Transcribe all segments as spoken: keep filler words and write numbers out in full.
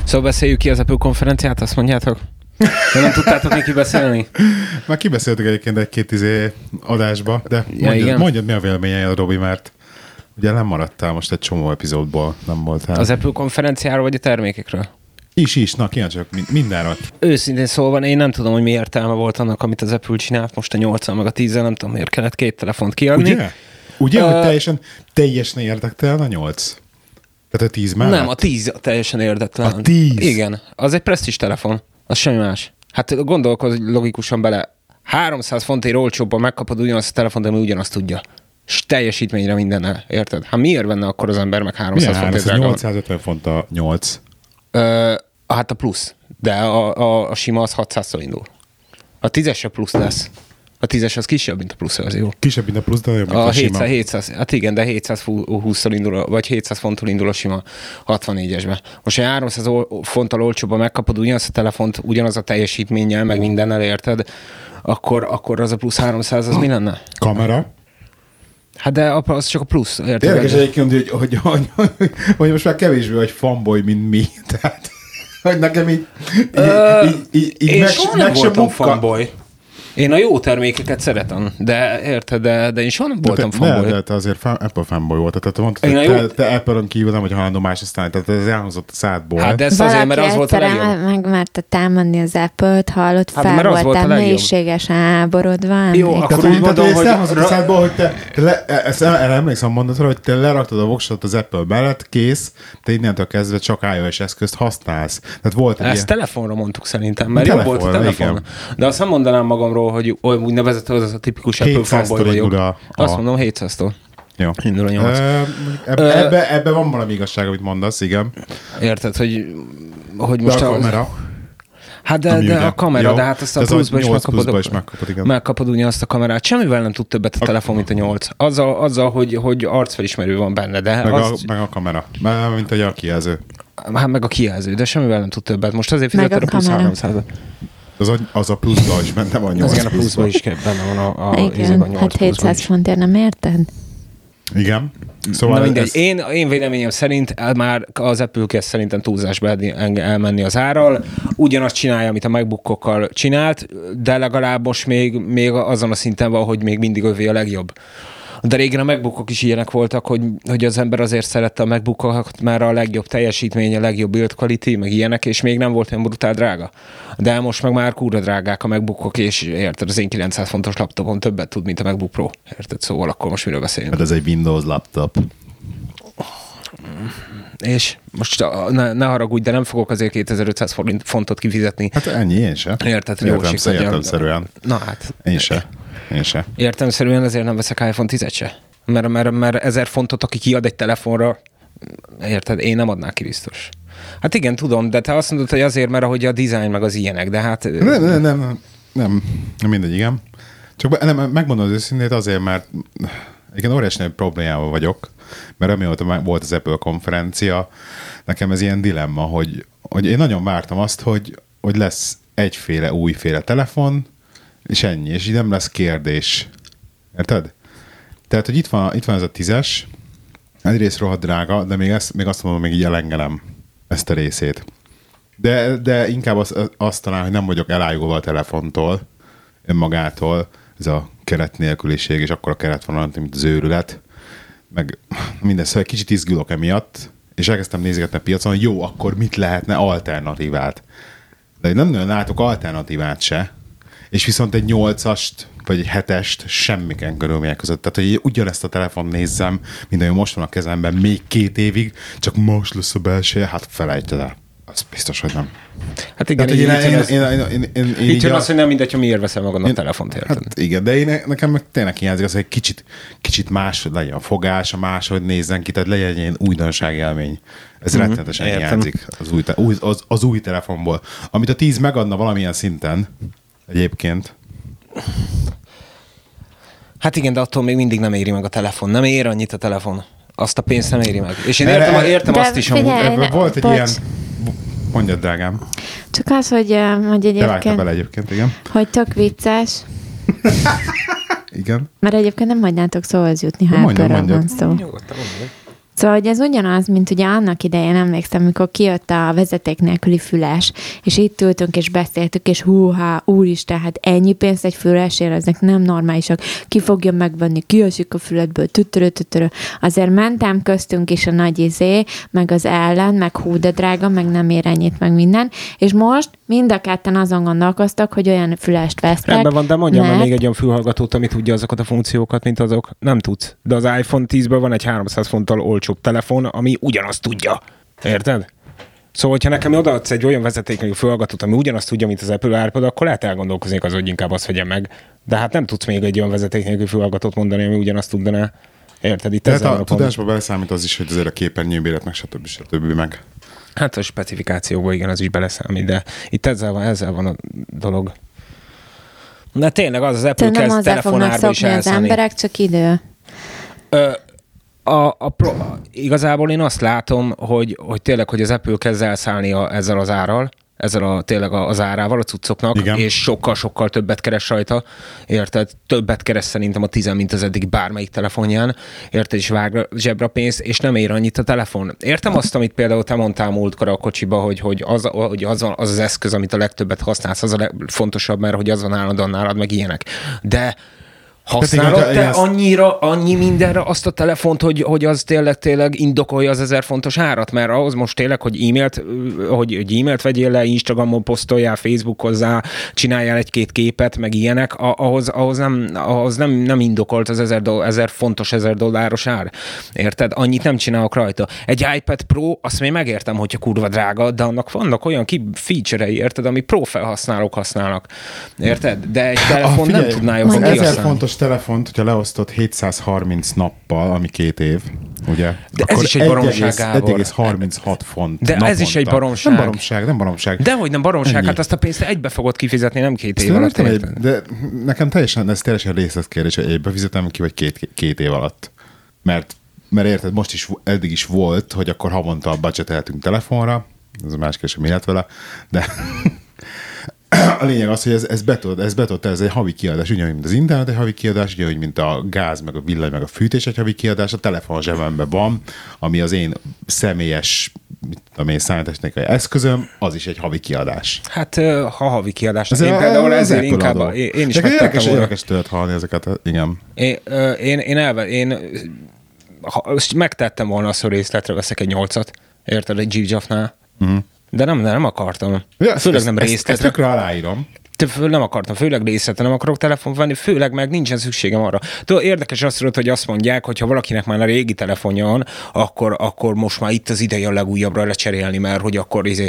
Szóval beszéljük ki az Apple konferenciát, azt mondjátok? De nem tudtátok még kibeszélni? Már kibeszéltük egyébként egy-két izé adásba, de ja, mondjad, mondjad, mi a véleménye, Robi, mert ugye nem maradtál most egy csomó epizódból, nem voltál. Az Apple konferenciáról vagy a termékekről? Is, is, na kíváncsiak mindenről. Őszintén szólva, én nem tudom, hogy mi értelme volt annak, amit az Apple csinált most a nyolccal meg a tízzel, nem tudom, miért kellett két telefont kiadni. Ugye? Ugye, uh, hogy teljesen, teljesen érdektelen a nyolc? Tehát a tíz mellett? Nem, a tíz teljesen érdektelen. A tíz? Igen, az egy presztis telefon, az semmi más. Hát gondolkozz logikusan bele, háromszáz fontért olcsóbban megkapod ugyanazt a telefont, ami ugyanazt tudja. És teljesítményre mindennel, érted? Hát miért venne akkor az ember meg háromszáz fontért? nyolcszázötven font a nyolc. Ö, hát a plusz, de a, a, a sima az hatszázszor indul. A tízes a plusz lesz. A tízes az kisebb, mint a plusz verzió. Kisebb, mint a plusz, de jobb, mint a, a hétszáz, sima. hétszáz, hát igen, de hétszázhúszszor indul, vagy hétszáz fonttól indul a sima hatvannégyesbe. Most, ha háromszáz fonttal olcsóban megkapod ugyanazt a telefont, ugyanaz a teljesítménnyel, meg mindennel, érted, akkor, akkor az a plusz háromszáz, az mi lenne? Kamera. Hát de az csak a plusz, érted? Érdekes egyébként, hogy, hogy, hogy, hogy, hogy most már kevésbé vagy fanboy, mint mi. Tehát, hogy nekem így, Ö, így, így, így én meg, soha nem meg voltam mukka. fanboy. Én a jó termékeket szeretem, de érted, de, de én soha nem voltam de, fanboy. De, de te azért fan, Apple fanboy volt. Tehát mondtad, Én hogy a te, jó... te Apple-on kívül nem vagy halandó más aztán, tehát ez elhozott a szádból. Hát de ez azért, mert az volt a legjobb. Megmerte támadni az Apple-t, hallott, Hát, fel volt voltál mélységesen áborodva. Jó, akkor úgy tehát, mondom, hogy... hogy... elhozott a szádból, hogy te, te le, ezt erre emlékszem a mondatra, hogy te leraktad a voksot az Apple mellett, kész, te innentől kezdve csak iOS eszközt használsz. Tehát volt egy Ezt ilyen... telefonra mondtuk szerintem, mert Telefon, jó volt a telefon. Igen. De azt nem mondanám magamról, hogy úgynevezett az a tipikus Apple fanboy vagyok. A, a... Azt mondom, hétszáztól. Jó. Indul a nyolc. Ebbe, ebbe, ebbe van valami igazság, amit mondasz, igen. Érted, hogy, hogy de most a a... kamera. Hát de, de a kamera, jó, de hát azt a pluszba is megkapod. Is megkapod, igen. Megkapod ugyanazt a kamerát. Semmivel nem tud többet a, a telefon, mint a nyolc. Azzal, azzal hogy, hogy arcfelismerő van benne, de... Meg, az... a, meg a kamera. Mint a kijelző. Hát meg a kijelző, de semmivel nem tud többet. Most azért fizetted a, a plusz háromszázat. Az a, az a pluszba is benne van nyolc. Igen, a pluszba is benne van a, a, igen, a hát hétszáz fontért nem érted? Igen. Szóval na mindegy, ez... én, én véleményem szerint el már az Apple kezd szerintem túlzásba elmenni az árral. Ugyanazt csinálja, amit a MacBookokkal csinált, de legalább most még, még azon a szinten van, hogy még mindig övé a legjobb. De régen a MacBookok is ilyenek voltak, hogy, hogy az ember azért szerette a MacBookokat, már a legjobb teljesítmény, a legjobb build quality, meg ilyenek, és még nem volt olyan brutál drága. De most meg már kurva drágák a MacBookok, és érted, az én kilencszáz fontos laptopon többet tud, mint a MacBook Pro. Érted? Szóval akkor most miről beszélünk? Mert ez egy Windows laptop. És most ne, ne haragudj, de nem fogok azért kétezer-ötszáz fontot kifizetni. Hát ennyi, én se. Érted, hogy Értem, értemszerűen. Na hát. Én se. Én se. Értelemszerűen ezért nem veszek iPhone tízet se. Mert, mert, mert ezer fontot, aki kiad egy telefonra, érted, én nem adnák ki biztos. Hát igen, tudom, de te azt mondod, hogy azért, mert ahogy a design meg az ilyenek, de hát... Nem, nem, nem, nem, nem mindegy, igen. Csak nem, megmondom az őszintét azért, mert igen, óriási nagy problémával vagyok, mert amióta volt az Apple konferencia, nekem ez ilyen dilemma, hogy, hogy én nagyon vártam azt, hogy, hogy lesz egyféle újféle telefon, és ennyi, és így nem lesz kérdés. Érted? Tehát, hogy itt van, itt van ez a tízes, egyrészt rohadt drága, de még, ezt, még azt mondom, még így elengelem ezt a részét. De, de inkább azt, azt talán, hogy nem vagyok elájulva a telefontól, önmagától, ez a keret nélküliség, és akkor a keret van olyan, mint az őrület, meg minden, szóval kicsit izgulok emiatt, és elkezdtem nézgetni a piacon, hogy jó, akkor mit lehetne alternatívát. De nem nagyon látok alternatívát se, és viszont egy nyolcast, vagy egy hetest semmiken körülmények között. Tehát, hogy ugyanezt a telefon nézzem, mint ami most van a kezemben még két évig, csak most lesz a belseje, hát felejtsd el. Az biztos, hogy nem. Hát igen, így így jön az, hogy nem mindegy, hogy miért veszel magadnak a telefont, érted? Hát igen, de én, nekem meg tényleg hiányzik az, hogy kicsit, kicsit más legyen a fogása, máshogy nézzen ki, tehát legyen egy ilyen újdonság élmény. Ez mm-hmm. rettenetesen Értem. hiányzik az új, új, az, az új telefonból. Amit a tíz megadna valamilyen szinten, egyébként. Hát igen, de attól még mindig nem éri meg a telefon. Nem ér annyit a telefon. Azt a pénzt nem éri meg. És én értem, de, értem de azt is, figyelj, hogy volt egy bocs. ilyen... Mondjad, drágám. Csak az, hogy, hogy egyébként... Te vágtál bele egyébként, igen. Hogy tök vicces. Igen. Mert egyébként nem hagynátok szóhoz jutni, ha mondjam, van szó. Nyugodtan mondjam. Szóval, hogy ez ugyanaz, mint ugye annak idején emlékszem, amikor kijött a vezeték nélküli füles, és itt ültünk és beszéltük, és húha, úristen, hát ennyi pénzt egy fülesért, ezek nem normálisak, ki fogja megvenni, kiesik a füledből, tütörő, tütörő. Azért mentem köztünk is a nagy izé, meg az ellen, meg hú, de drága, meg nem ér ennyit, meg minden, és most mind a ketten azon gondolkoztak, hogy olyan fülest vesztek. Rendben van, de mondjam mert... még egy olyan fülhallgatót, ami tudja azokat a funkciókat, mint azok. Nem tudsz. De az iPhone tízből van egy háromszáz fonttal olcsóbb telefon, ami ugyanazt tudja. Érted? Szóval, hogyha nekem odaadsz egy olyan vezetéknyi fülhallgatót, ami ugyanazt tudja, mint az Apple AirPod, akkor lehet elgondolkoznék az, hogy inkább azt vegyem meg. De hát nem tudsz még egy olyan vezetéknyi fülhallgatót mondani, ami ugyanazt tudná. Érted? Itt Tehát ezzel a tudásba beleszámít az is, hogy azért a képernyőbéret, meg stb. stb. Meg. Hát a specifikációban igen, az is beleszámít, de itt ezzel van, ezzel van a dolog. De tényleg az az Apple nem kezd hozzá fognak telefonárba is szokni az elszállni. emberek, csak idő. Ö, a, a pro, igazából én azt látom, hogy, hogy tényleg, hogy az Apple kezd elszállni a, ezzel az árral, ezzel a, tényleg az árával a cuccoknak, igen. És sokkal-sokkal többet keres rajta, érted? Többet keres szerintem a tízen, mint az eddig bármelyik telefonján, érted? És vág zsebre pénzt, és nem ér annyit a telefon. Értem azt, amit például te mondtál múltkor a kocsiba, hogy, hogy, az, hogy az, van, az az eszköz, amit a legtöbbet használsz, az a legfontosabb, mert hogy az van állandóan nálad, meg ilyenek. De használod te ezt... annyira, annyi mindenre azt a telefont, hogy, hogy az tényleg, tényleg indokolja az ezer fontos árat? Mert ahhoz most tényleg, hogy e-mailt, hogy, hogy e-mailt vegyél le, Instagramon posztoljál, Facebookozzá, csináljál egy-két képet, meg ilyenek, ahhoz, ahhoz, nem, ahhoz nem, nem indokolt az ezer, doll- ezer fontos, ezer dolláros ár. Érted? Annyit nem csinálok rajta. Egy iPad Pro, azt még megértem, hogyha kurva drága, de annak vannak olyan ki feature-ei, érted, ami pro felhasználók használnak. Érted? De egy telefon ah, nem tudná jobban kihasználni. Telefont, hogyha leosztott hétszázharminc nappal, ami két év, ugye? De ez is egy baromság, Gábor. egy egész harminchat font De naponta. Ez is egy baromság. Nem baromság, nem baromság. Dehogy nem baromság, ennyi. Hát azt a pénzt egybe fogod kifizetni, nem két év alatt. Egy, de nekem teljesen, ez teljesen részletkérdés, hogy egybe fizetem ki, vagy két, két év alatt. Mert, mert érted, most is, eddig is volt, hogy akkor havonta budgeteltünk telefonra, ez a más kérdés, mi lett vele, de... A lényeg az, hogy ez, ez betott, ez betott, ez egy havi kiadás, ugyanúgy, mint az internet egy havi kiadás, ugyanúgy, mint a gáz, meg a villany, meg a fűtés egy havi kiadás, a telefon zsebemben van, ami az én személyes, mit tudom én, számítástechnikai eszközöm, az is egy havi kiadás. Hát, ha havi kiadás, ez én a, például ezért inkább, a, én, én is megtettem volna. Érdekes tőled hallani ezeket, igen. Én, én, én, elve, én ha, megtettem volna azt, hogy részletre veszek egy nyolcat, érted, egy G-Jaffnál. Uh-huh. De nem, de nem akartam. Ja, főleg ezt, nem részletre. Ezt tökre aláírom. Föl nem akartam, főleg részletre nem akarok telefont venni, főleg meg nincsen szükségem arra. Tudod, érdekes azt tudod, hogy azt mondják, hogy ha valakinek már a régi telefonja van, akkor, akkor most már itt az ideje a legújabbra lecserélni, mert hogy akkor izé...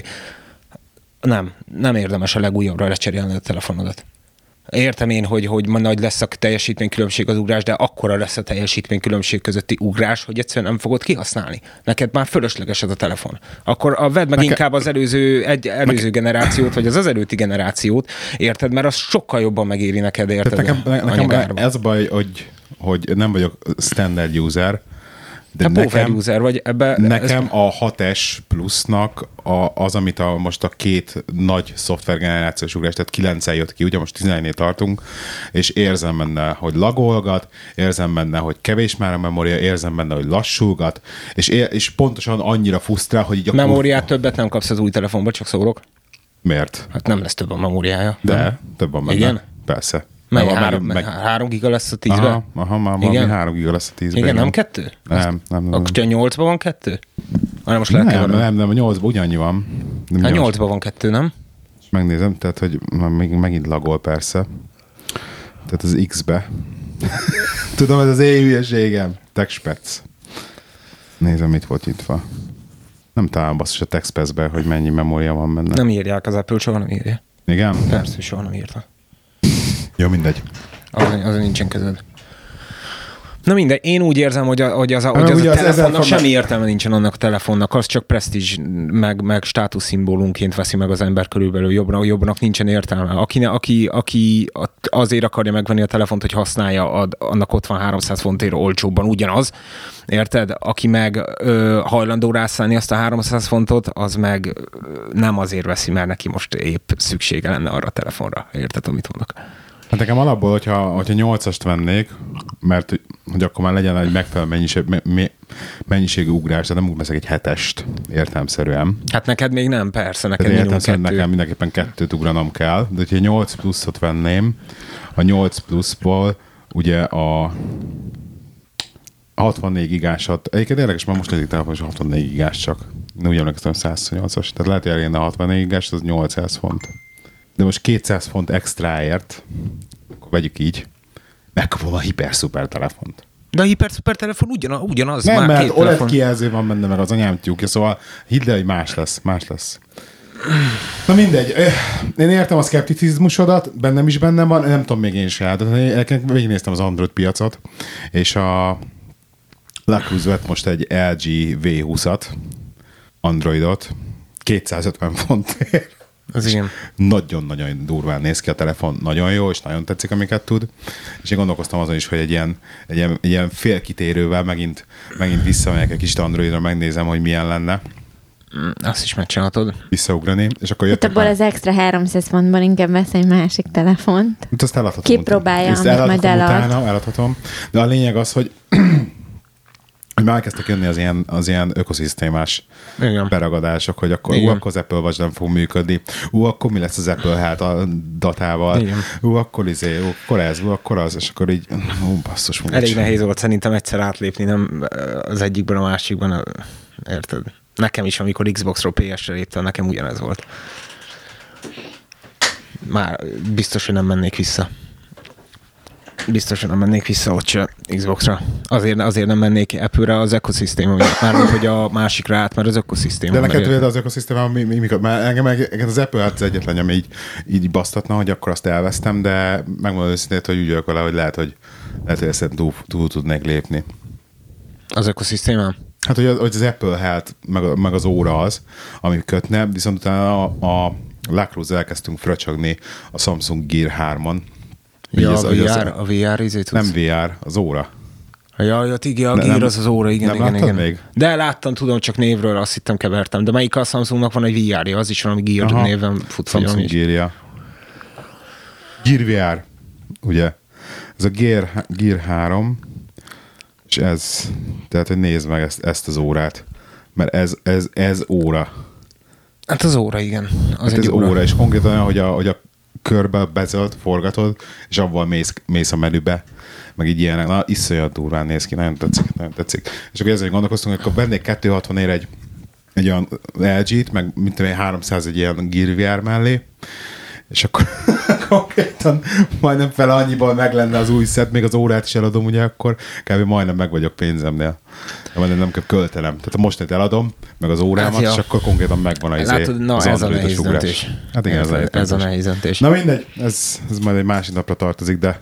Nem, nem érdemes a legújabbra lecserélni a telefonodat. Értem én, hogy, hogy ma nagy lesz a teljesítménykülönbség az ugrás, de akkora lesz a teljesítménykülönbség közötti ugrás, hogy egyszerűen nem fogod kihasználni. Neked már fölösleges az a telefon. Akkor a, vedd meg Neke... inkább az előző, egy előző Neke... generációt, vagy az az előtti generációt, érted? Mert az sokkal jobban megéri neked, érted? Nekem, nekem ez a baj, hogy, hogy nem vagyok standard user, de te nekem, user vagy ebbe, nekem ez... a hat es plusznak a, az, amit a, most a két nagy szoftvergenerációs ugrás, tehát kilencen jött ki, ugye most tizenegynél tartunk, és érzem benne, hogy lagolgat, érzem benne, hogy kevés már a memória, érzem benne, hogy lassulgat, és, ér, és pontosan annyira fusztrál, hogy így a memóriát kur... többet nem kapsz az új telefonba, csak szórok. Miért? Hát nem lesz több a memóriája. De, nem? Több van benne. Igen? Persze. Mely három, meg... három giga lesz a tízben? Aha, aha már valami három giga lesz a tízben. Igen, nem kettő? Nem, nem. nem. Akkor a nyolcban van kettő? Ah, most lehet nem, nem, nem, a nyolcban ugyannyi van. A nyolcban van kettő, nem? Megnézem, tehát, hogy még megint lagol persze. Tehát az X-be. Tudom, ez az én hülyeségem. TechSpec. Nézem, mit volt nyitva. Nem talán basszus a TechSpec-be, hogy mennyi memória van benne. Nem írják, az Apple soha nem írja. Igen? Persze, soha nem írta. Jó, mindegy. Azon, azon nincsen közöd. Na mindegy, én úgy érzem, hogy, a, hogy az a, hogy az a az telefonnak semmi értelme nincsen annak a telefonnak, az csak presztízs, meg, meg státuszszimbólumként veszi meg az ember körülbelül, jobbnak, jobbnak nincsen értelme. Aki, aki, aki azért akarja megvenni a telefont, hogy használja, ad, annak ott van háromszáz fontért olcsóbban ugyanaz, érted? Aki meg ö, hajlandó rászállni azt a háromszáz fontot, az meg nem azért veszi, mert neki most épp szüksége lenne arra a telefonra. Érted, amit mondok? Hát nekem alapból, hogyha, hogyha nyolcast vennék, mert hogy akkor már legyen egy megfelelő mennyiség, me, mennyiségű ugrás, de nem úgy veszek egy hetest értelemszerűen. Hát neked még nem, persze, neked minimum értem kettő. Nekem mindenképpen kettőt ugranom kell, de hogyha nyolc pluszot venném, a nyolc pluszból ugye a hatvannégy gigásat, egyébként érdekes, mert most egyik telefon is hatvannégy gigás csak. Nem úgy emlékeztem, száz nyolcas, tehát lehet, hogy elérne a hatvannégy gigás, az nyolcszáz font. De most kétszáz font extraért, akkor vegyük így, megkapom a hiper-szuper telefont. De a hiper-szuper telefon ugyanaz, ugyanaz nem, már mert két o el e dé telefon. kijelző van benne, mert az anyám tyúkja, szóval hidd el, hogy más lesz, más lesz. Na mindegy, én értem a szkepticizmusodat, bennem is bennem van, nem tudom még én se, de végignéztem az Android piacot, és a Lacruz vett most egy el gé vé húszat, Androidot, kétszázötven fontért. Az igen. Nagyon-nagyon durván néz ki a telefon, nagyon jó, és nagyon tetszik, amiket tud. És én gondolkoztam azon is, hogy egy ilyen, egy ilyen, egy ilyen félkitérővel megint, megint visszamegyek egy kicsit Androidra, megnézem, hogy milyen lenne. Azt is megcsinálhatod. Visszaugrani, és akkor Itt abból az extra háromszáz fontban inkább vesz egy másik telefont. Itt azt eladhatom. Kipróbálja, ezt amit majd elad. Utána, eladhatom. De a lényeg az, hogy hogy már elkezdtek jönni az ilyen, az ilyen ökoszisztémás Igen. beragadások, hogy akkor, ú, akkor az Apple Watch nem fog működni, ú, akkor mi lesz az Apple hát a datával, Igen. ú, akkor izé, ú, akkor ez, ú, akkor az, és akkor így, ú, basszus. Elég nehéz volt szerintem egyszer átlépni, nem az egyikben, a másikban, érted? Nekem is, amikor Xboxról pé es-re léptem, nekem ugyanez volt. Már biztos, hogy nem mennék vissza. Biztos, hogy nem mennék vissza ott se Xboxra. Azért, azért nem mennék Apple-re az ökoszisztéma miatt. Mármint, hogy a másikra át, mert az ökoszisztéma. De neked tudod az ökoszisztéma, mi, mi, mikor, mert engem, engem az Apple hát az egyetlen, ami így, így basztatna, hogy akkor azt elvesztem, de megmondom őszintén, hogy úgy vagyok vele, hogy lehet, hogy, lehet, hogy ezt túl, túl tudnék lépni. Az ökoszisztéma? Hát, hogy az, hogy az Apple Health, meg, meg az óra az, ami kötne, viszont utána a, a Lacruz elkezdtünk fröcsögni a Samsung Gear hármon. Ja, az, a vé er, az, a vé er izét nem vé er, az óra. Ja, ja, igen, a Ne, Gear nem, az az óra, igen, nem igen, igen. még? De láttam, tudom, csak névről azt hittem kevertem. De melyik a Samsungnak van egy vé er-je? Az is valami Gear Aha. néven fut. Samsung Gear-ja. Gear vé er, ugye? Ez a Gear, Gear három, és ez, tehát, hogy nézd meg ezt, ezt az órát, mert ez, ez, ez óra. Hát az óra, igen. Az Hát egy ez óra. óra, és konkrétan olyan, hogy a, hogy a körbe bezölt, forgatod, és abban mész, mész a menübe, meg így ilyenek. Na, iszonyat durván néz ki, nagyon tetszik, nagyon tetszik. És akkor ezzel gondolkoztunk, hogy akkor vennék kétszázhatvan ér egy, egy olyan el gét, meg mint tudom én, háromszáz egy ilyen Gear vé er mellé, és akkor konkrétan majdnem fele annyiból meg lenne az új szett, még az órát is eladom, ugye akkor kb. Majdnem meg vagyok pénzemnél. De majdnem nem kell költenem. Tehát a mostanát eladom, meg az órámat, Hát, ja. és akkor konkrétan megvan az, Látod, na, az ez a androidos nehéz ugrás. döntés. Hát igen, ez, ez, ez a nehéz döntés. Na mindegy, ez, ez majd egy másik napra tartozik, de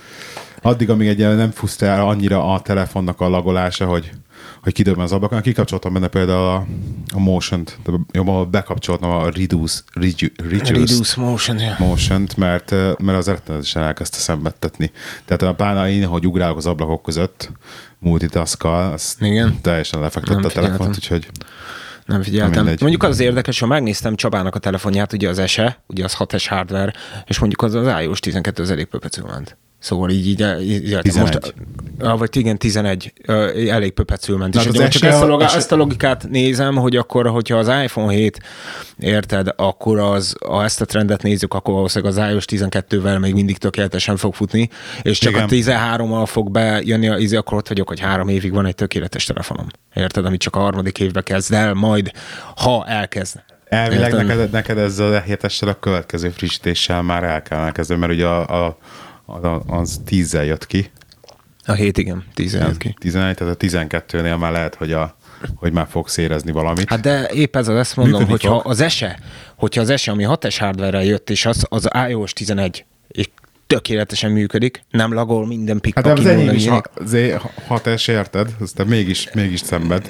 addig, amíg egyáltalán nem fusztál annyira a telefonnak a lagolása, hogy, hogy kidobban az ablakon. Kikapcsoltam benne például a, a Motion-t, de jobban bekapcsoltam a Reduce, Reduce, Reduce, Reduce Motion, ja. Motion-t, mert, mert az rettenetesen elkezdte szenvedtetni. Tehát a pláne én, hogy ugrálok az ablakok között, multitaskal, azt Igen. teljesen lefektette Nem a telefont, figyeltem. úgyhogy Nem figyeltem. mindegy. Mondjuk az érdekes, hogy megnéztem Csabának a telefonját, ugye az ese, ugye az hat es hardware, és mondjuk az az iOS tizenkettő az elég pöpecül ment. Szóval így, így, így tizenegy. most, ah, vagy igen, tizenegy, uh, elég pöpecül ment. Na, És az ugye, csak es e ezt a, a- logá, es e- ezt a logikát nézem, hogy akkor, hogyha az iPhone hét, érted, akkor az, ha ezt a trendet nézzük, akkor valószínűleg az iOS tizenkettővel még mindig tökéletesen fog futni, és csak Igen. a tizenhárommal fog bejönni, a, izé, akkor ott vagyok, hogy három évig van egy tökéletes telefonom. Érted, amit csak a harmadik évbe kezd el, majd ha elkezd. elvileg Érted? neked, neked ezzel a hétessel a következő frissítéssel már el kellene kezdeni, mert ugye a, a, a, az tízzel jött ki. A hét, igen, tíz jött ki. tizenegy, tehát a tizenkettőnél már lehet, hogy, a, hogy már fogsz érezni valamit. Hát de épp ez az, ezt mondom, Működni hogyha fog. az ese, hogyha az ese, ami hat es hardware-rel jött, és az, az iOS tizenegy, és tökéletesen működik, nem lagol, minden pikpak. Hát de az enyém indul, is ilyenek. azért hat es, érted? Aztán mégis, mégis szenved.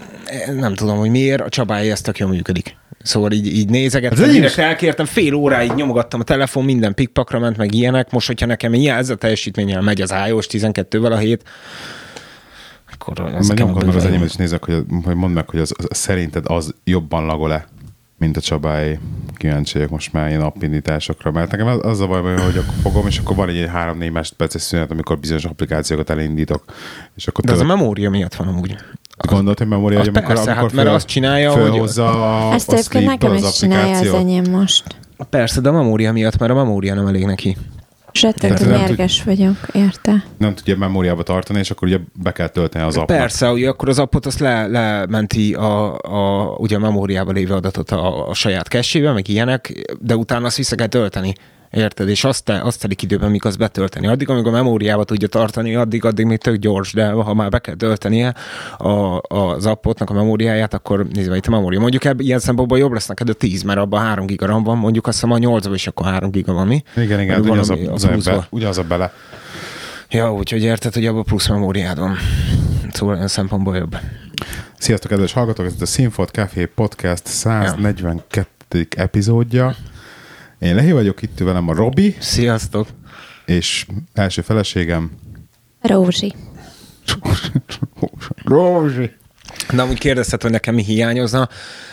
Nem tudom, hogy miért, a Csabáé ez tök jól működik. Szóval így, így nézegettem, Az enyém direkt is. elkértem, fél óráig nyomogattam a telefon, minden pikpakra ment, meg ilyenek. Most, hogyha nekem ilyen ez a teljesítménnyel megy az iOS tizenkettővel a hét, akkor az Meg nekem nyomkod meg az bőven- enyémet, és nézek, hogy, hogy mondd meg, hogy az, az, szerinted az jobban lagol-e? mint a Csabály. Kíváncsiak most már ilyen appindításokra, mert nekem az, az a baj, hogy akkor fogom, és akkor van egy három-négy másodperces szünet, amikor bizonyos applikációkat elindítok. És akkor de az tölt... a memória miatt van amúgy. Gondolt, hogy memória, hogy amikor, persze, amikor hát, mert azt csinálja, fölhozza hogy... a, ezt a egyébként nekem is csinálja az enyém most. Persze, de a memória miatt, mert a memória nem elég neki. És ettől mérges vagyok, érte? Nem tudja memóriába tartani, és akkor ugye be kell tölteni az appot. Persze, ugye akkor az appot azt le, lementi a, a, ugye a memóriában lévő adatot a, a saját cache-ébe, meg ilyenek, de utána azt vissza kell tölteni. Érted? És azt, azt telik időben, míg azt betölteni. Addig, amíg a memóriába tudja tartani, addig, addig még tök gyors, de ha már be kell töltenie a, az appotnak a memóriáját, akkor nézd meg itt a memória. Mondjuk ebben ilyen szempontból jobb lesz neked a tíz, mert abban három giga RAM van, mondjuk azt hiszem a nyolcban is akkor három giga van, mi? Igen, igen, ugyanaz a, az a, be, ugyanaz a bele. Ja, úgyhogy érted, hogy abban plusz memóriád van. Szóval olyan szempontból jobb. Sziasztok, kedves hallgatók! Ez a Színfolt Café Podcast száznegyvenkettedik epizódja. Én Lehi vagyok, itt velem a Robi. Sziasztok! És első feleségem... Rózsi. Rózsi. Na, amúgy kérdezted, hogy nekem mi hiányozna.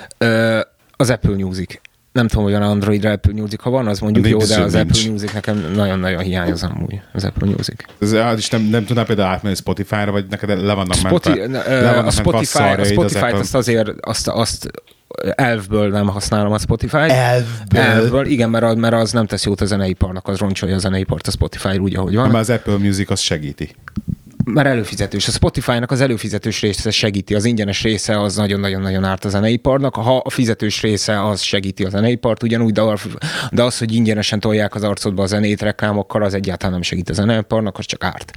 Ö, az Apple Music. Nem tudom, hogy van Androidra Apple Music, ha van, az mondjuk jó, de az nincs. Apple Music nekem nagyon-nagyon hiányozna amúgy, az Apple Music. Ez is nem, nem tudnál például átmenni Spotify-ra, vagy neked le vannak Spoti- mentve? Le vannak a Spotify, a Spotify-t az azt azért, azt, azt elfből nem használom a Spotify-t. Elfből? Elfből, igen, mert, mert az nem tesz jót a zeneiparnak, az roncsolja a zeneipart a Spotify úgy, ahogy van. Mert az Apple Music az segíti. Mert előfizetős. A Spotify-nak az előfizetős része segíti, az ingyenes része az nagyon-nagyon-nagyon árt a zeneiparnak, ha a fizetős része az segíti a zeneipart, ugyanúgy, de, de az, hogy ingyenesen tolják az arcodba a zenét reklámokkal, az egyáltalán nem segít a zeneiparnak, az csak árt.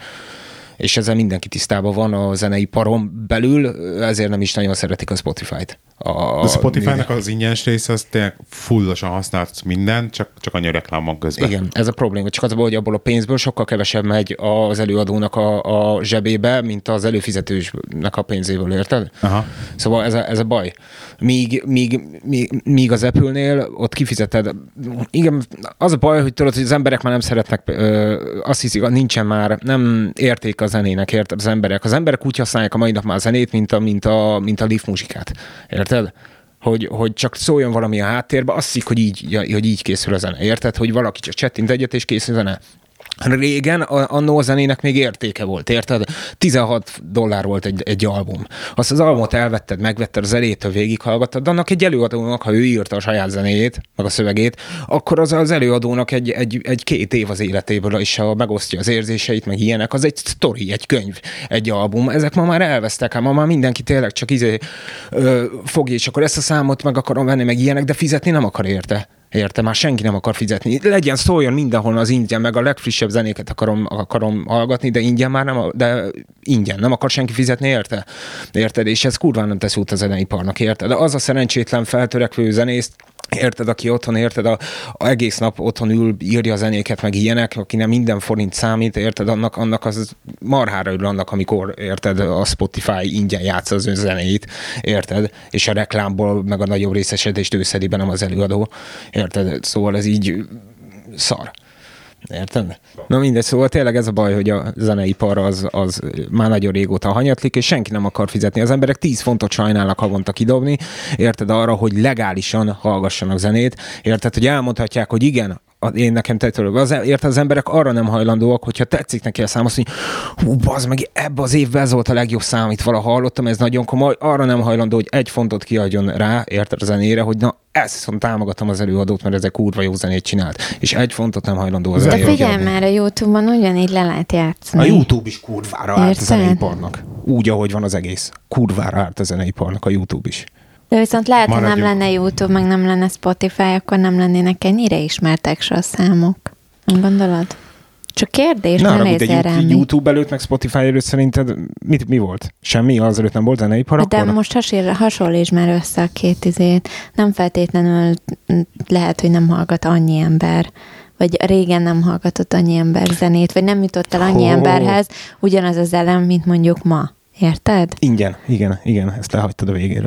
És ezzel mindenki tisztában van a zeneiparon belül, ezért nem is nagyon szeretik a Spotify-t. A, a Spotify-nak az ingyenes része, az tényleg fullosan használhatsz mindent, csak, csak annyi reklám van közben. Igen, ez a probléma. Csak az, hogy abból a pénzből sokkal kevesebb megy az előadónak a, a zsebébe, mint az előfizetősnek a pénzéből, érted? Aha. Szóval ez a, ez a baj. Míg, míg, míg, míg az Apple-nél ott kifizeted. Igen, az a baj, hogy tudod, hogy az emberek már nem szeretnek, ö, azt hiszik, hogy nincsen már, nem érték a zenének, érted az emberek. Az emberek úgy használják a mai nap már a zenét, mint a, mint a, mint a live muzsikát. Érted? Hogy, hogy csak szóljon valami a háttérbe, azt hiszik, hogy így, hogy így készül a zene. Érted? Hogy valaki csak csettint egyet, és készül a zene. Régen annó a zenének még értéke volt, érted? tizenhat dollár volt egy, egy album. Azt az albumot elvetted, megvetted az elétől, végighallgattad, de annak egy előadónak, ha ő írta a saját zenéjét, meg a szövegét, akkor az az előadónak egy, egy, egy két év az életéből, és ha megosztja az érzéseit, meg ilyenek, az egy sztori, egy könyv, egy album. Ezek ma már elvesztek, hát ma már mindenki tényleg csak izé ö, fogja, és akkor ezt a számot meg akarom venni, meg ilyenek, de fizetni nem akar érte. Érte, már senki nem akar fizetni. Legyen, szóljon mindenhol az ingyen, meg a legfrissebb zenéket akarom, akarom hallgatni, de ingyen már nem, de ingyen, nem akar senki fizetni, érte? Érted? És ez kurván nem tesz út a zeneiparnak, érted? De az a szerencsétlen feltörekvő zenészt, érted, aki otthon, érted, a, a egész nap otthon ül, írja a zenéket, meg ilyenek, akinek minden forint számít, érted, annak, annak az marhára ül annak, amikor, érted, a Spotify ingyen játsza az ön zenéit, érted, és a reklámból meg a nagyobb részesedést ő szedi be, nem az előadó, érted, szóval ez így szar. Érted? Na mindegy, szóval tényleg ez a baj, hogy a zeneipar az, az már nagyon régóta hanyatlik, és senki nem akar fizetni. Az emberek tíz fontot sajnálnak havonta kidobni, érted, arra, hogy legálisan hallgassanak zenét, érted, hogy elmondhatják, hogy igen, én nekem tetsző, az, érted, az emberek arra nem hajlandóak, hogyha tetszik neki a szám, azt mondja, hú, bazd meg, ebbe az évben ez volt a legjobb szám, amit valaha hallottam, ez nagyon komoly, arra nem hajlandó, hogy egy fontot kiadjon rá, érted, a zenére, hogy na, ezt viszont támogatom az előadót, mert ezek kurva jó zenét csinált. És egy fontot nem hajlandó az De figyelj már, a YouTube-on ugyanígy le lehet játszani. A YouTube is kurvára árt a zeneiparnak. Úgy, ahogy van az egész. Kurvára árt a zeneiparnak a YouTube is. De viszont lehet, ha nem Maradjunk. lenne YouTube, meg nem lenne Spotify, akkor nem lennének ennyire ismertek se a számok. Nem gondolod? Csak kérdés, Na, ne nézzél rám. YouTube előtt, meg Spotify előtt szerinted mit, mi volt? Semmi? Az előtt nem volt zeneipar De akkor? most hasonl- hasonlítsd már össze a két izét. Nem feltétlenül lehet, hogy nem hallgat annyi ember, vagy régen nem hallgatott annyi ember zenét, vagy nem jutott el annyi Oh. emberhez ugyanaz az elem, mint mondjuk ma. Érted? Igen, igen, igen, ezt lehagytad a végéről.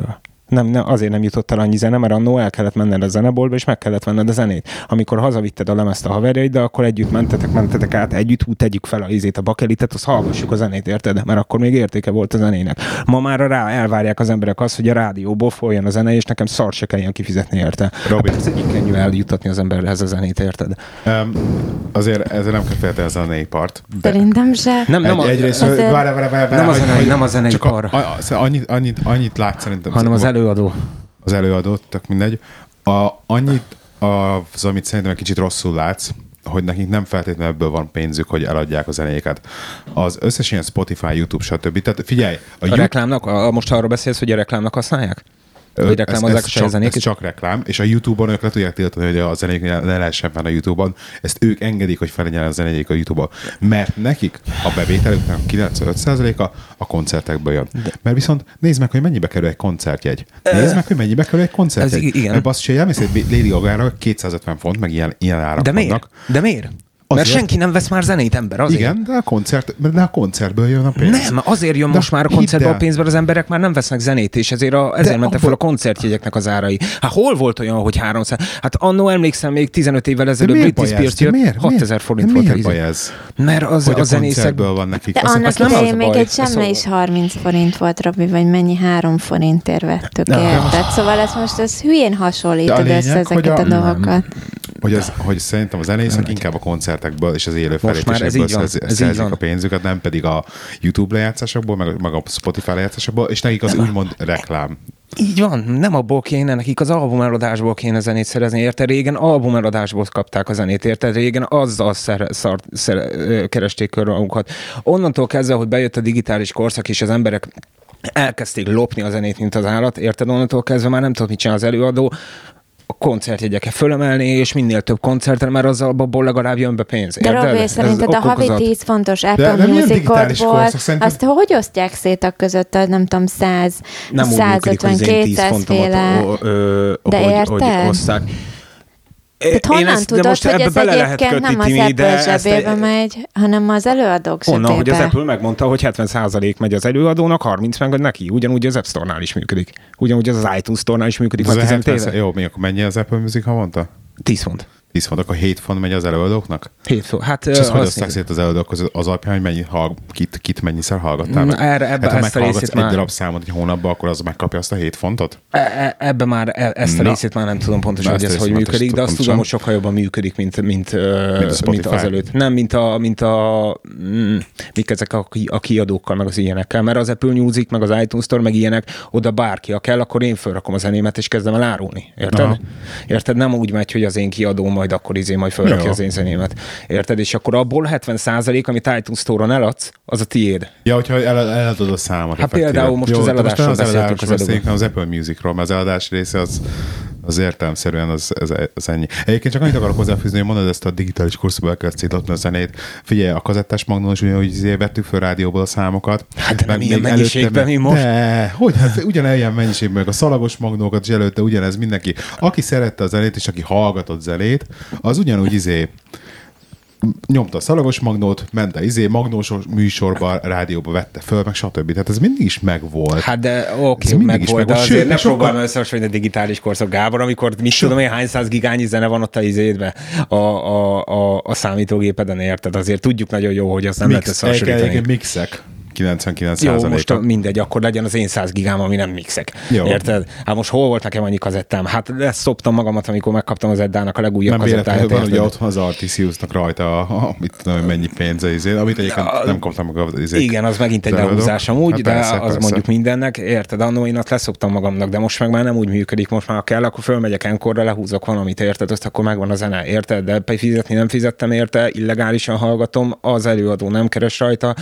Nem, nem, azért nem jutott el annyi zene, mert annó el kellett menned a zeneboltba, és meg kellett venned a zenét. Amikor hazavitted a lemezt a haverjaiddal, akkor együtt mentetek, mentetek át, együtt hú, tegyük fel a izét, a bakelitet, azt hallgassuk a zenét, érted? Mert akkor még értéke volt a zenének. Ma már rá elvárják az emberek azt, hogy a rádióból folyjon a zene, és nekem szar se kelljen kifizetni érte. Robi. Hát ez egyik könnyű eljutatni az emberhez a zenét, érted? Um, azért ezzel nem kell feltétlenül a zenei part. Szerintem se. Nem, nem, Egy, a, egyrészt, azért- várj, várj, várj, nem, a zenei, hogy- nem a zenei csak a, par, a, a, annyit, annyit, annyit lát szerintem. hanem az előadó. Az előadót, tök mindegy. A, annyit, az, amit szerintem egy kicsit rosszul látsz, hogy nekik nem feltétlenül ebből van pénzük, hogy eladják a zenéket. Az összes ilyen Spotify, YouTube, stb. Tehát figyelj, a, A YouTube, reklámnak, a, most arról beszélsz, hogy a reklámnak használják? Hogy ez, reklámozzák ez, a saját csak, ez zenéket? csak reklám, és a YouTube-on ők le tudják tiltani, hogy a zenék ne lehessen fenn a YouTube-on. Ezt ők engedik, hogy fellegyen a zenéjék a YouTube-on. Mert nekik a bevételüknek a kilencvenöt százaléka a koncertekből jön. De. Mert viszont nézd meg, hogy mennyibe kerül egy koncertjegy. Nézd meg, hogy mennyibe kerül egy koncertjegy. Ez igen. Mert basszus, hogy elmész egy Lady Gaga-ra kétszázötven font, meg ilyen, ilyen árak De miért? vannak. De miért? Mert Azért- senki nem vesz már zenét, ember, azért. Igen, de a, koncert, de a koncertből jön a pénz. Nem, azért jön De most már a hidd koncertből a el. pénzből, az emberek már nem vesznek zenét, és ezért, a, ezért mentek fel abból- a koncertjegyeknek az árai. Hát hol volt olyan, hogy háromszáz? Hát annó emlékszem, még tizenöt évvel De ezelőtt miért Britney baj ez? Spears De jött, miért? hatezer forint de volt miért a baj izé. ez? Mert az, Hogy a a zenészek... koncertből van nekik. De Az- annak az nem az idején a még baj, egy ez semmi szóval- is harminc forint volt, Robi, vagy mennyi három forintért vettük, Na, érted? Szóval ez most ez hülyén hasonlítod De a lényeg, össze ezeket hogy a- a, nem. dolgokat. Hogy, az, hogy szerintem a zenészek inkább a koncertekből és az élő már ez felépésekből így van, szerzi- ez így szerzik van. a pénzüket, nem pedig a YouTube lejátszásokból, meg, meg a Spotify lejátszásokból, és nekik az úgymond reklám. Így van, nem abból kéne, nekik az albumeladásból kéne zenét szerezni, érted? Régen albumeladásból kapták a zenét, érted? Régen azzal szer, szar, szer, ö, keresték körül magukat. Onnantól kezdve, hogy bejött a digitális korszak, és az emberek elkezdték lopni a zenét, mint az állat, érted? Onnantól kezdve már nem tudod, mit csinál az előadó, a koncertjegyeket fölemelni, és minél több koncertre, mert azzal abból legalább jön be pénz. De Érted? Robi, Ez szerinted a havi okokozat. tíz fontos De Apple nem ilyen digitális Musicodból, korszak, szerintem- azt hogy osztják szét a között, a, nem tudom, száz, Nem úgy működik, hogy az én tíz százötven-kétszáz fontomat féle... o- ö, De hogy, érted? hogy oszták. Tehát Én honnan ezt- de tudod, most hogy ebbe ez bele lehet egyébként nem az kötni, Timi, de Apple ezt- zsebébe megy, hanem az előadók zsebébe? Onnan, hogy az Apple megmondta, hogy hetven százalék megy az előadónak, harminc meg neki. Ugyanúgy az App Store-nál is működik. Ugyanúgy az az iTunes Store-nál is működik. Az Már a tizenöt hetven, éve. jó, mi akkor mennyi az Apple Music havonta? tíz font. tíz font, akkor hét font megy az előadóknak? hét font. Hát, És ö, azt hogy azt oszták nézem. szét az előadók között az alapján, hogy mennyi, hallg- kit, kit mennyiszer hallgattál meg? Mm, erre- ebbe hát, ha ezt a meghallgatsz részét egy már- darab számot egy hónapban, akkor az megkapja azt a hét fontot? E- e- Ebbe már e- ezt a Na. részét már nem tudom pontosan, Na, hogy ezt ez a hogy részét már működik, de azt pontosan. tudom, hogy sokkal jobban működik, mint, mint, ö, Mint a Spotify? mint azelőtt. Nem, mint a, mint a mm, mik ezek a, ki- a kiadókkal, meg az ilyenekkel, mert az Apple Music, meg az iTunes Store, meg ilyenek, oda bárki, ha kell, akkor én felrakom a zenémet, és kezdem el árulni. Érted? Aha. Érted? Nem úgy megy, hogy az én kiadóm majd akkor izé majd felrakja Jó. az én zenémet. Érted? És akkor abból hetven százalék, amit iTunes Store-on eladsz, az a tiéd. Ja, hogyha el, eladod a számot. Hát effektíve. például most az de eladásról nem az beszéltünk eladásról az előbb. beszélünk, hanem az Apple Musicról, mert az eladás része az, az értelemszerűen az, az, az ennyi. Egyébként csak annyit akarok hozzáfűzni, hogy mondod ezt a digitális korszakban el kell szétadni a zenét. Figyelj, a kazettás magnón is ugyanúgy izé vettük föl rádióból a számokat. Hát de nem Meg ilyen még mennyiségben, előtte- mint most. De, hogy hát ugyanilyen mennyiségben, meg a szalagos magnókat, és előtte ugyanez mindenki. Aki szerette a zenét, és aki hallgatott zenét, az ugyanúgy izé nyomta a szalagos magnót, ment a izé, magnós műsorba, rádióba vette föl, meg stb. Tehát ez mindig is megvolt. Hát de Ez oké, mindig meg is volt, de megvolt. azért Sőt, ne sokkal- próbálom összehasonlítani a digitális korszak, Gábor, amikor mit tudom én, hány száz gigányi zene van ott a izédbe, a, a, a, a számítógépeden, érted? Azért tudjuk nagyon jó, hogy azt nem lehet Mix, egyébként összehasonlítani. mixek. kilencvenkilenc Jó, most százaléka. a, mindegy, akkor legyen az én száz gigám, ami nem mixek. Jó. Érted? Hát most hol volt nekem annyi kazettám? Hát leszoptam magamat, amikor megkaptam az Eddának a legújabb Nem véletlenül kazettáját. van, ugye érted? otthon az Artisiusnak rajta, a, a, mit tudom, hogy mennyi pénze, izé, amit egyébként Ja, nem kaptam meg az izé. Igen, az megint egy az előadók. lehúzás amúgy, Hát de persze, az persze. mondjuk mindennek, érted? Annó én azt leszoktam magamnak, de most meg már nem úgy működik, most már ha kell, akkor fölmegyek enkorra, lehúzok valamit, érted? Azt akkor megvan a zene, érted? De fizetni nem fizettem érte, illegálisan hallgatom, az előadó nem keres rajta,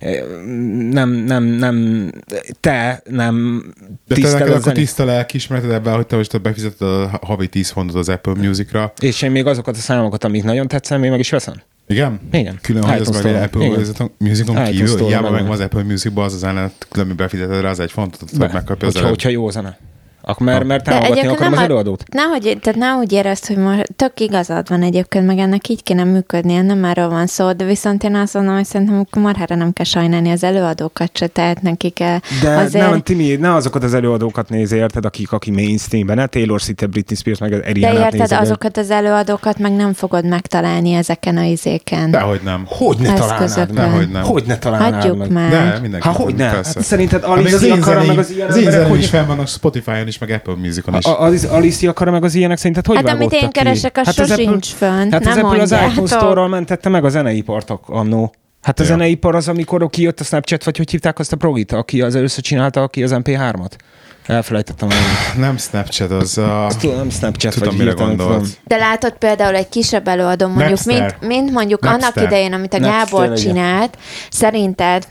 nem, nem, nem, te nem De te neked tiszteled a akkor zenét. tiszta lelkiismereted ebben, hogy te most befizeted a havi tíz fontot az Apple Musicra. És én még azokat a számokat, amik nagyon tetszenek, még meg is veszem. Igen? Igen. Külön, hogy az iTunes meg egy Store-on. Apple Igen. Musicon iTunes kívül, Store-on hiába meg meg van. az Apple Musicban az a zenet, különben befizeted rá az egy fontot, hogy Be, megkapja az hogyha, előtt. hogyha jó zene. Akkor mert, mert támogatni akarom az előadót? Nehogy, tehát ne úgy érezd, hogy most tök igazad van egyébként, meg ennek így kéne működnie, nem erről van szó, de viszont én azt mondom, hogy szerintem marhára nem kell sajnálni az előadókat se, tehát nekik de azért... nem, Timi, ne azokat az előadókat néz, érted, akik, aki mainstreamben, ne Taylor Swift, Britney Spears, meg Ariana-t de érted, nézed, azokat az előadókat meg nem fogod megtalálni ezeken a izéken. Dehogy nem. Hogy ne találnád meg? Dehogy nem. Hogy ne találnád Hagyjuk meg? már. De, mindenki. Hát hogy ne? Hát szerinted az Alicia én akar meg zenéim, az ilyen az én emberek, zenéim hogy... is fenn vannak Spotify-on is, meg Apple Musicon is. A, az Alicia akar meg az ilyenek szerinted hogy Hát amit vágódtak én keresek, az hát sosincs fönn, Hát nem az Apple az mondjátok. iPhone Store-ral mentette meg a zeneipart annó. Hát a Ja. zeneipar az, amikor kijött a Snapchat, vagy hogy hívták azt a progit, aki az először csinálta, aki az em pé hármat? Elfelejtettem el. Nem Snapchat, az a... Azt tudom, nem Snapchat, Tudom, vagy mire hirtelen gondolt. tudom. De látod például egy kisebb előadó, mondjuk, Napster. mint, mint mondjuk Napster. annak idején, amit a Napster, Gábor igen. csinált, szerinted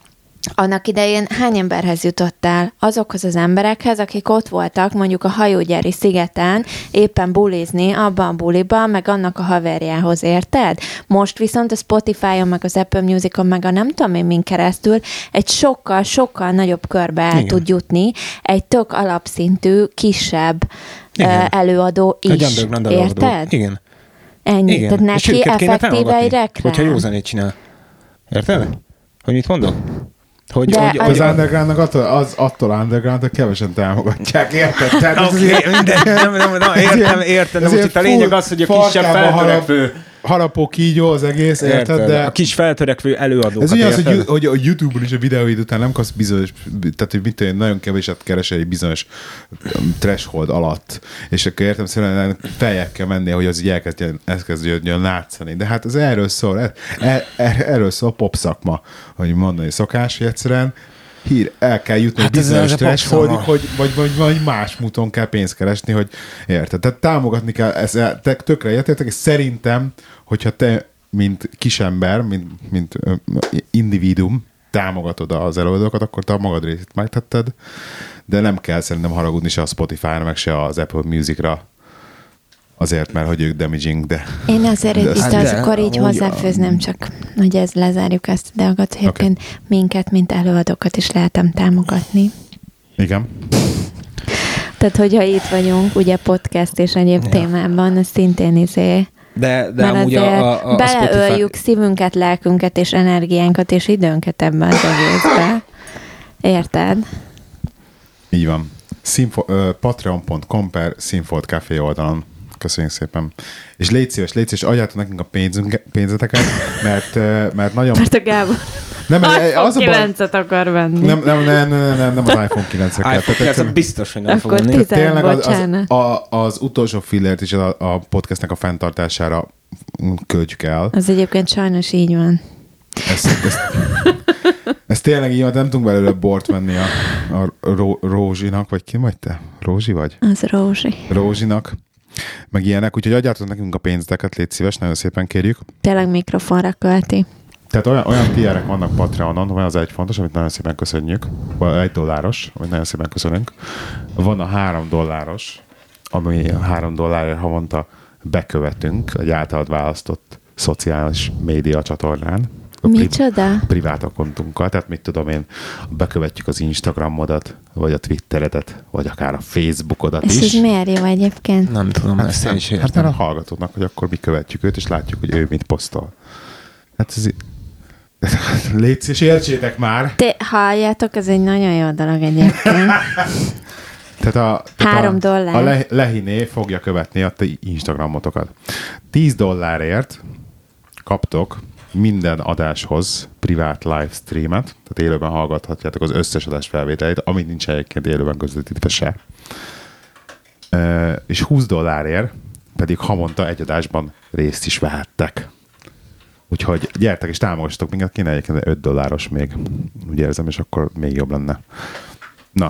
annak idején hány emberhez jutottál? Azokhoz az emberekhez, akik ott voltak mondjuk a hajógyári szigeten éppen bulizni abban a buliban, meg annak a haverjához, érted? Most viszont a Spotify-on, meg az Apple Musicon, meg a nem tudom én min keresztül egy sokkal, sokkal nagyobb körbe el Igen. tud jutni egy tök alapszintű, kisebb Igen. ö, előadó Egy is. underground előadó. Érted? Igen. Ennyi. Igen. Tehát És neki őket kéne effektíve támogatni, egy reklám. hogyha jó zenét csinál. Érted? Hogy mit mondok? Hogy, De hogy, az Az hogy, undergroundnak attól, az attól underground, hogy kevesen támogatják, érted? Tehát ez Oké, azért- mindegy, nem, nem, nem, ez értem, ilyen- értem, de ez most ilyen itt a lényeg full az, hogy a kisebb farkába feltörekvő, harapó kígyó az egész, érted? érted, De a kis feltörekvő előadókat, ez ugyanaz, hogy, érted? you- hogy a YouTube-on is a videóid után nem kapsz bizonyos, tehát hogy mit tudom, nagyon keveset keresel egy bizonyos um, threshold alatt, és akkor értem szerint feljebb kell menni, hogy az így elkezdjen, elkezdjen látszani. De hát az erről szól, er, er, er, erről szól a pop szakma, hogy mondani szokás, hogy egyszerűen hír, el kell jutni Hát egy ez- bizonyos ez a thresholdig, popszakma. hogy vagy, vagy, vagy más módon kell pénzt keresni, hogy érted. Tehát támogatni kell, ezt te tökre értétek, és szerintem, hogyha te, mint kisember, mint, mint ö, individuum támogatod az előadókat, akkor te a magad részét megtetted, de nem kell szerintem haragudni se a Spotify-ra, meg se az Apple Music-ra, azért, mert hogy ők damaging, de... Én azért De itt azt- de azokor így amúgy hozzáfőzném, csak hogy ez lezárjuk ezt a dolgot, hogy egyébként minket, mint előadókat is lehetem támogatni. Igen. Tehát, hogyha itt vagyunk, ugye podcast és egyéb Ja. témában, az szintén izé, De, de mert amúgy azért a, a, a beleöljük Spotify... szívünket, lelkünket és energiánkat és időnket ebben az egészbe. Érted? Így van. Színfo- ö, patreon pont com per Színfolt Café oldalon. Köszönjük szépen. És légy szíves, légy szíves, adjátok nekünk a pénzünk, pénzeteket, mert, ö, mert nagyon... Mert a Gábor Nem, az a baj, kilencet akar venni. nem, nem, nem, nem, nem, nem az iPhone kilencre kell. iPhone Tehát kilenc biztos, hogy nem Akkor fog venni. tíz- tényleg az, az, bocsánat. a, az utolsó fillért is a, a podcastnek a fenntartására költjük el. Az egyébként sajnos így van. Ez, ez, ez tényleg így van, nem tudunk belőle bort venni a, a Ró, Rózsinak, vagy ki vagy te? Rózsi vagy? Az Rózsi. Rózsinak, meg ilyenek, úgyhogy adjátok nekünk a pénzteket, légy szíves, nagyon szépen kérjük. Tényleg mikrofonra költi. Tehát olyan, olyan tierek vannak Patreonon, van az egy fontos, amit nagyon szépen köszönjük, vagy egy dolláros, amit nagyon szépen köszönünk. Van a három dolláros, ami a három dollárért havonta bekövetünk egy általad választott szociális média csatornán. A pri- Micsoda? privát akkontunkkal, tehát mit tudom én, bekövetjük az Instagramodat, vagy a Twitteredet, vagy akár a Facebookodat És is. ez miért jó egyébként? Nem tudom, Hát, ezt én nem, is hát értem. mert a hallgatóknak, hogy akkor mi követjük őt, és látjuk, hogy ő mit posztol. Hát ez í- légy szíves, értsétek már! Te halljátok, ez egy nagyon jó dolog egyébként. Tehát a, tehát Három a, dollár. A Le, Lehiné fogja követni a ti Instagramotokat. tíz dollárért kaptok minden adáshoz privát livestreamet, tehát élőben hallgathatjátok az összes adás felvételét, amit nincs egyébként élőben közvetítve se. E, és húsz dollárért pedig havonta egy adásban részt is vehettek. Úgyhogy gyertek és támogassatok minket, kéne egyébként öt dolláros még, úgy érzem, és akkor még jobb lenne. Na.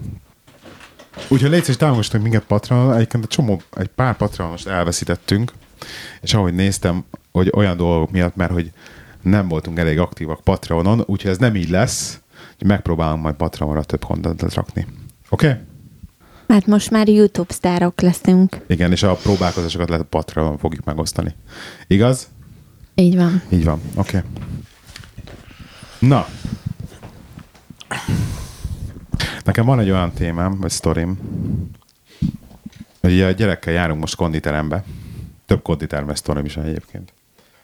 Úgyhogy légy szíves, támogassatok minket Patreonon, egyébként egy csomó, egy pár Patreonost elveszítettünk, és ahogy néztem, hogy olyan dolgok miatt, mert hogy nem voltunk elég aktívak Patreonon, úgyhogy ez nem így lesz, hogy megpróbálom majd Patreonra több contentet rakni. Oké? Okay? Mert most már YouTube sztárok leszünk. Igen, és a próbálkozásokat lehet a Patreonon fogjuk megosztani. Igaz? Így van. Így van, oké. Okay. Na. Nekem van egy olyan témám, vagy sztorim, hogy a gyerekkel járunk most konditerembe. Több konditermes sztorim is egyébként.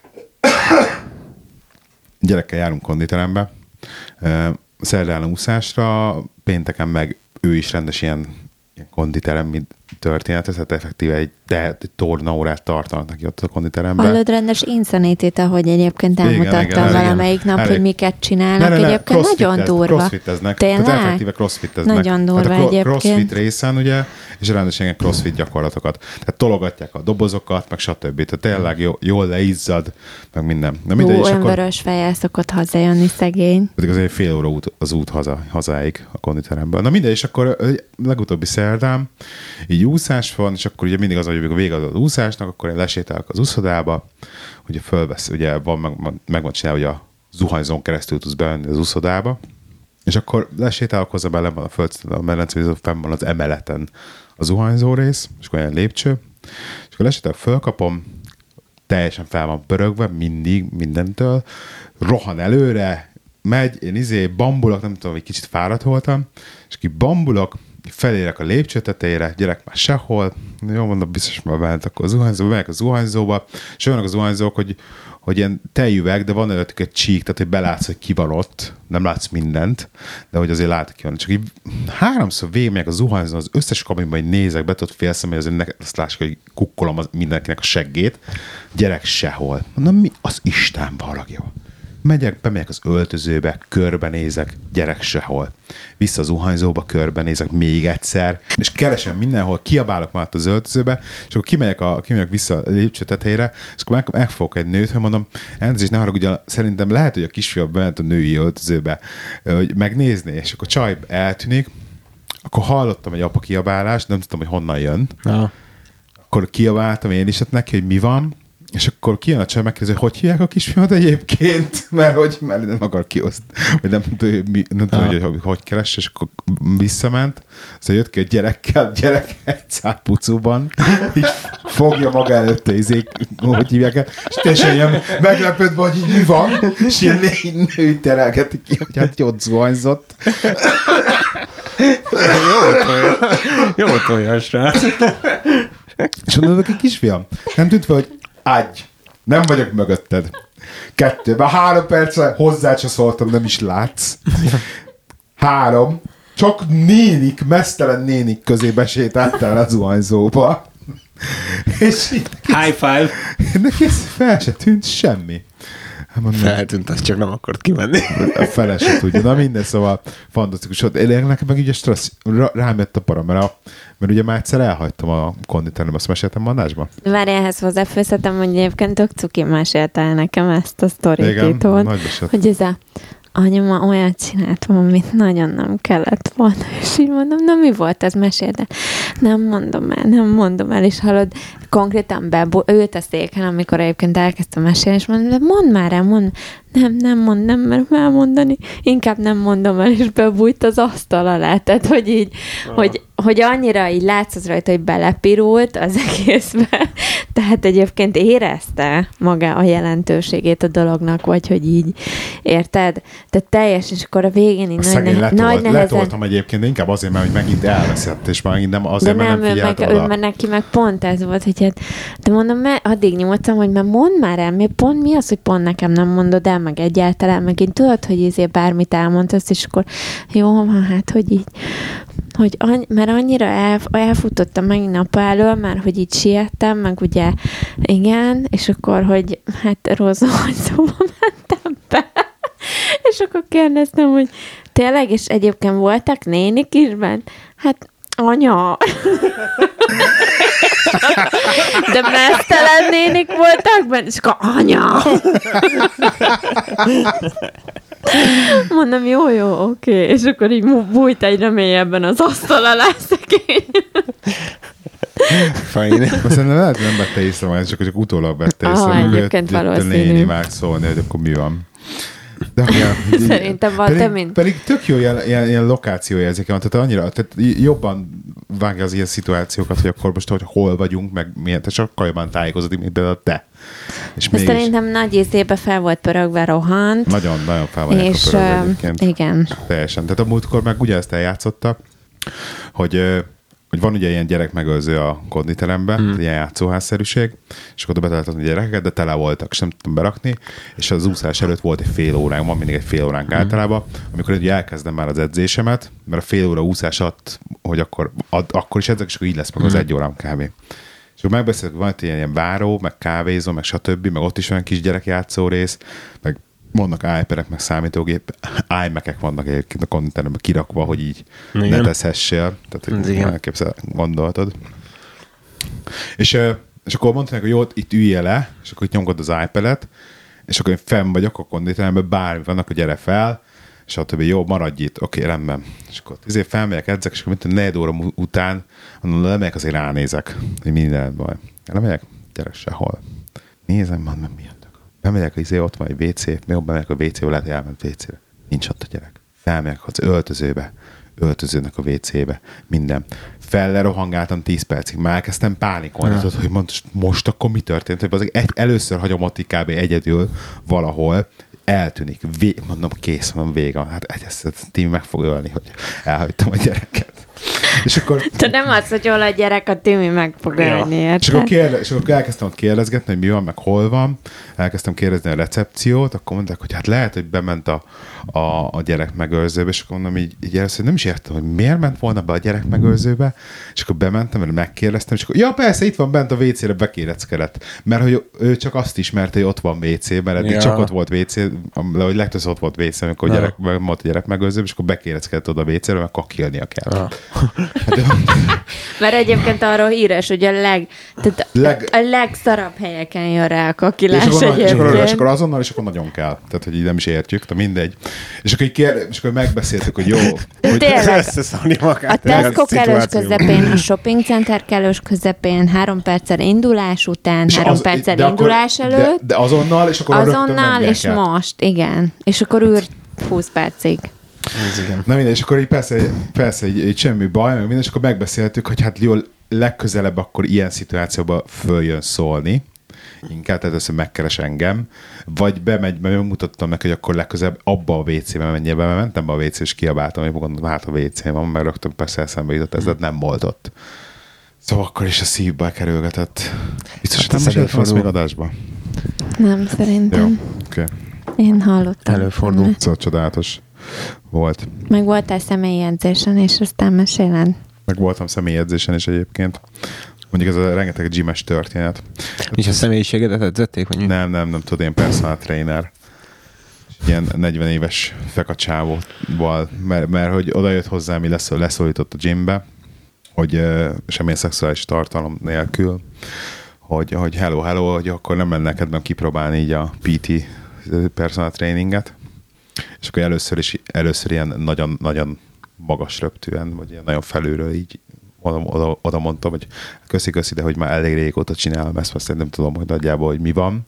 Gyerekkel járunk konditerembe. Szerdán úszásra, pénteken meg ő is rendes ilyen, ilyen konditerem történet, tehát effektíve egy, de, egy tornaórát tartanak neki ott a konditeremben. Hallod, rendes inszanétét, ahogy egyébként elmutattam igen, igen, valamelyik igen. nap, elég. Hogy miket csinálnak. Ne, ne, ne, egyébként nagyon durva. Crossfiteznek. Tehát effektíve crossfiteznek. Nagyon durva hát a egyébként. Crossfit részen ugye, és rendesen ilyen crossfit gyakorlatokat. Tehát tologatják a dobozokat, meg stb. Tehát tényleg jó, jól leizzad, meg minden. Na, Hú, olyan akkor... vörös fejjel szokott hazajönni szegény. Pedig azért fél óra út, az út haza, hazáig a konditeremből. Na mindegy, és akkor legutóbbi szerdán így úszás van, és akkor ugye mindig az, hogy a vége az úszásnak, akkor én lesétálok az úszodába, ugye fölvesz, ugye van, meg, meg van csinálva, hogy a zuhanyzón keresztül tudsz bevenni az úszodába, és akkor lesétálok hozzá, bele van a föld, a medencében fenn van az emeleten a zuhanyzó rész, és akkor olyan lépcső, és akkor lesétálok, fölkapom, teljesen fel van pörögve, mindig, mindentől, rohan előre, megy, én izé bambulok, nem tudom, hogy kicsit fáradt voltam, és ki bambulok, felérek a lépcső tetejére, gyerek már sehol, jó mondom, biztos már bent akkor a zuhanyzóba, megyek a zuhanyzóba, és olyanok a zuhanyzók, hogy, hogy ilyen tejüveg, de van előttük egy csík, tehát hogy belátsz, hogy ki van ott, nem látsz mindent, de hogy azért látod, ki van. Csak így háromszor végigmegyek a zuhanyzón, az összes kabinban, hogy nézek be, tudod félszem, hogy azért ne, azt lássuk, hogy kukkolom az, mindenkinek a seggét, gyerek sehol. Mondom, mi az Isten baragja? Megyek, bemegyek az öltözőbe, körbenézek, gyerek sehol. Vissza az zuhanyzóba, körbenézek még egyszer, és keresem mindenhol, kiabálok már az öltözőbe, és akkor kimegyek, a, kimegyek vissza a lépcső tetejére, és akkor meg, megfogok egy nőt, hogy mondom, elnézést, ne haragudj, szerintem lehet, hogy a kisfiam bement a női öltözőbe, hogy megnézni, és akkor csaj eltűnik, akkor hallottam egy apa kiabálást, nem tudtam, hogy honnan jön. Ja. Akkor kiabáltam én is neki, hogy mi van, és akkor kijön a csaj, megkérdezi, hogy hogy hívják a kisfiamat egyébként, mert hogy mert nem akar kihozni, vagy nem tudom, nem tudom hogy, hogy hogy keres, és akkor visszament, aztán jött ki a gyerekkel, gyerek egy szápucúban, és fogja maga előtte izék, hogy hívják el, és teljesen ilyen meglepődve, hogy így mi van, és ilyen női terelgeti ki, hogy hát jót zuhanyzott. Jó tolja, jó tolja, srác. És mondod, hogy kisfiam, nem tűnt fel, hogy adj, nem vagyok mögötted. Kettő, már három percre hozzá se szóltam, nem is látsz. Három, csak nénik, mesztelen nénik közé besétáltál a zuhanyzóba. És így, high five. Neki ez fel se tűnt semmi. Mondom, feltűnt, az csak nem akart kimenni. A fele se tudja. Na minden, szóval fantasztikus. Én nekem meg így a stressz, rám jött a para, mert, a, mert ugye már egyszer elhagytam a konditerembe, azt meséltem mondásba. Várj, ehhez hozzáfőzhetem, hogy egyébként tök cuki mesélte el nekem ezt a sztorit itt volt, hogy ez a anyama olyat csináltam, amit nagyon nem kellett volna, és így mondom, na mi volt ez, meséld el. Nem mondom el, nem mondom el, és hallod, konkrétan bebo- ült a széken, amikor egyébként elkezdtem mesélni, és mondom, de mondd már el, mondd. Nem, nem mond, nem merem elmondani, inkább nem mondom el, és bebújt az asztal alá, tehát, hogy így, ah. hogy, hogy annyira így látszott rajta, hogy belepirult az egészbe, tehát egyébként érezte maga a jelentőségét a dolognak, vagy hogy így, érted? Tehát teljes, és akkor a végén így a nagy, ne- letolt, nagy nehezen... letoltam egyébként, de inkább azért, mert hogy megint elveszett, és már megint nem azért, de mert nem, nem figyelt meg, oda. ő, mert neki meg pont ez volt, hogy hát, de mondom, mert addig nyújtottam, hogy már mondd már el, mi, pont mi az, hogy pont nekem nem mondod el, meg egyáltalán, meg én tudod, hogy ezért bármit elmondtasz, és akkor jó, hát, hogy így, hogy any, mert annyira el, elfutottam megint apa elől, mert hogy így siettem, meg ugye, igen, és akkor, hogy hát rossz, hogy szóval mentem be. És akkor kérdeztem, hogy tényleg, és egyébként voltak nénik is bent? Hát, anya. De mesztelen nénik voltak benne, és akkor anya. Mondom, jó, jó, oké. És akkor így bújt egyre mélyebben az asztal alá szegény. Fajn. Aztán lehet, nem vette észre, majd csak, csak utólag vette észre. Ah, egyébként valószínű. A néni vált szólni, hogy akkor mi van. De, Szerintem van pedig, több, mint... Pedig tök jó ilyen, ilyen, ilyen lokációérzéke van, tehát annyira, tehát jobban vágja az ilyen szituációkat, hogy akkor most hogy hol vagyunk, meg milyen, tehát sokkal jobban tájékozódik, mint például te. És mégis... Szerintem nagy ízébe fel volt pörögve, rohant. Nagyon, nagyon fel van és, a pörögve egyébként. Igen. Teljesen. Tehát a múltkor meg ugye ezt eljátszottak, hogy hogy van ugye ilyen gyerekmegőrző a konditeremben, hmm. ilyen játszóházszerűség, és akkor oda beteltetni a gyerekeket, de tele voltak, és nem tudtam berakni, és az úszás előtt volt egy fél óránk, van mindig egy fél óránk hmm. általában, amikor ugye elkezdem már az edzésemet, mert a fél óra úszás alatt, hogy akkor, ad, akkor is edzek, és akkor így lesz meg az hmm. egy órám kb. És akkor megbeszéltük, van egy ilyen, ilyen váró, meg kávézó, meg stb., meg ott is olyan kis gyerekjátszó rész, meg vannak iPad-ek, meg számítógép, iMac-ek vannak egyébként a konditeremben kirakva, hogy így igen. ne teszhessél. Tehát, hogy elképzel, gondoltad. És, és akkor mondták, hogy jó, itt ülje le, és akkor itt nyomkod az iPad-et, és akkor én fenn vagyok a konditeremben, bármi vannak, hogy gyere fel, és attól jó, maradj itt, oké, okay, rendben. És akkor ezért felmegyek, edzek, és akkor mint a negyed óra után, mondom, lemegyek, azért ránézek, hogy minden baj. Lemegyek, gyere sehol. Nézem, mondom, mi bemegyek, izé, ott van egy vé cé, még bemegyek a vé cébe, lehet, hogy elment vé cére. Nincs ott a gyerek. Felmegyek az öltözőbe, öltözőnek a vé cébe, minden. Fellerohangáltam tíz percig, már elkezdtem pánikolni, ja. hogy most, most akkor mi történt, hogy az egy, először hagyom ott kb. Egyedül valahol, eltűnik, vé, mondom, kész, mondom, vége van. Hát ezt Timi meg fog ölni, hogy elhagytam a gyereket. És akkor... Te nem az, hogy hol a gyerek, a Timi meg fog ölni, ja. és, akkor kérde, és akkor elkezdtem ott kérdezgetni, hogy mi van, meg hol van. Elkezdtem kérdezni a recepciót, akkor mondták, hogy hát lehet, hogy bement a, a, a gyerek megőrzőbe, és akkor mondom, így, így először nem is értem, hogy miért ment volna be a gyerek megőrzőbe, és akkor bementem, mert megkérdeztem, és akkor ja, persze, itt van bent a vé cére bekéreckedett. Mert hogy ő csak azt ismerte, hogy ott van vé cé, mert eddig ja. csak ott volt vé cé, de hogy legtöbbször ott volt vé cé, amikor ja. gyerek, volt a gyerek megőrzőbe, és akkor bekéreckedett oda a vé cére, mert akkor kilnia kell. Ja. Hát, mert egyébként arról híres, hogy a, leg, tehát leg... a legszarabb helyeken jön rá a kakilás egyébként. És akkor, és akkor azonnal, és akkor nagyon kell. Tehát, hogy így nem is értjük, de mindegy. És akkor, kér, és akkor megbeszéltük, hogy jó. Hogy a Tesco kellős közepén, a shopping center kellős közepén, három perccel indulás után, és három az, perccel indulás akkor, előtt. De, de azonnal, és akkor azonnal, és kell. Most, igen. És akkor űr húsz percig. Na minden, és akkor így persze, persze így, így semmi baj, meg minden, és akkor megbeszéltük, hogy hát jó, legközelebb akkor ilyen szituációban följön szólni, inkább, tehát ezt megkeres engem, vagy bemegy, mert mutattam neki, hogy akkor legközelebb abba a vé cébe menjél be, mert mentem be a vé cé, és kiabáltam, hogy gondolom, hát a vé cé van, mert rögtön persze eszembe jutott ez, de nem volt ott. Szóval akkor is a szívbe kerülgetett. Biztos, hogy nem is elfordul még adásba? Nem, szerintem. Jó, oké. Okay. Én hallottam. Előfordul. Szóval csodálatos volt. Meg voltál személyi edzésen, és aztán meséled. Meg voltam személyi edzésen is egyébként. Mondjuk ez a rengeteg gymes történet. És a személyiségedet edzették? Vagy nem, nem, nem tudom, én personal trainer. Ilyen negyven éves fekacsávóval, mert, mert hogy oda jött hozzám, mi lesz, leszólított a gymbe, hogy uh, semmilyen szexuális tartalom nélkül, hogy, hogy hello, hello, hogy akkor nem lenne kedvem kipróbálni így a pé té personal traininget. És akkor először is, először ilyen nagyon, nagyon magas röptűen, vagy ilyen nagyon felülről így oda, oda, oda mondtam, hogy köszi-köszi, de hogy már elég régóta csinálom ezt, mert nem tudom, hogy nagyjából, hogy mi van.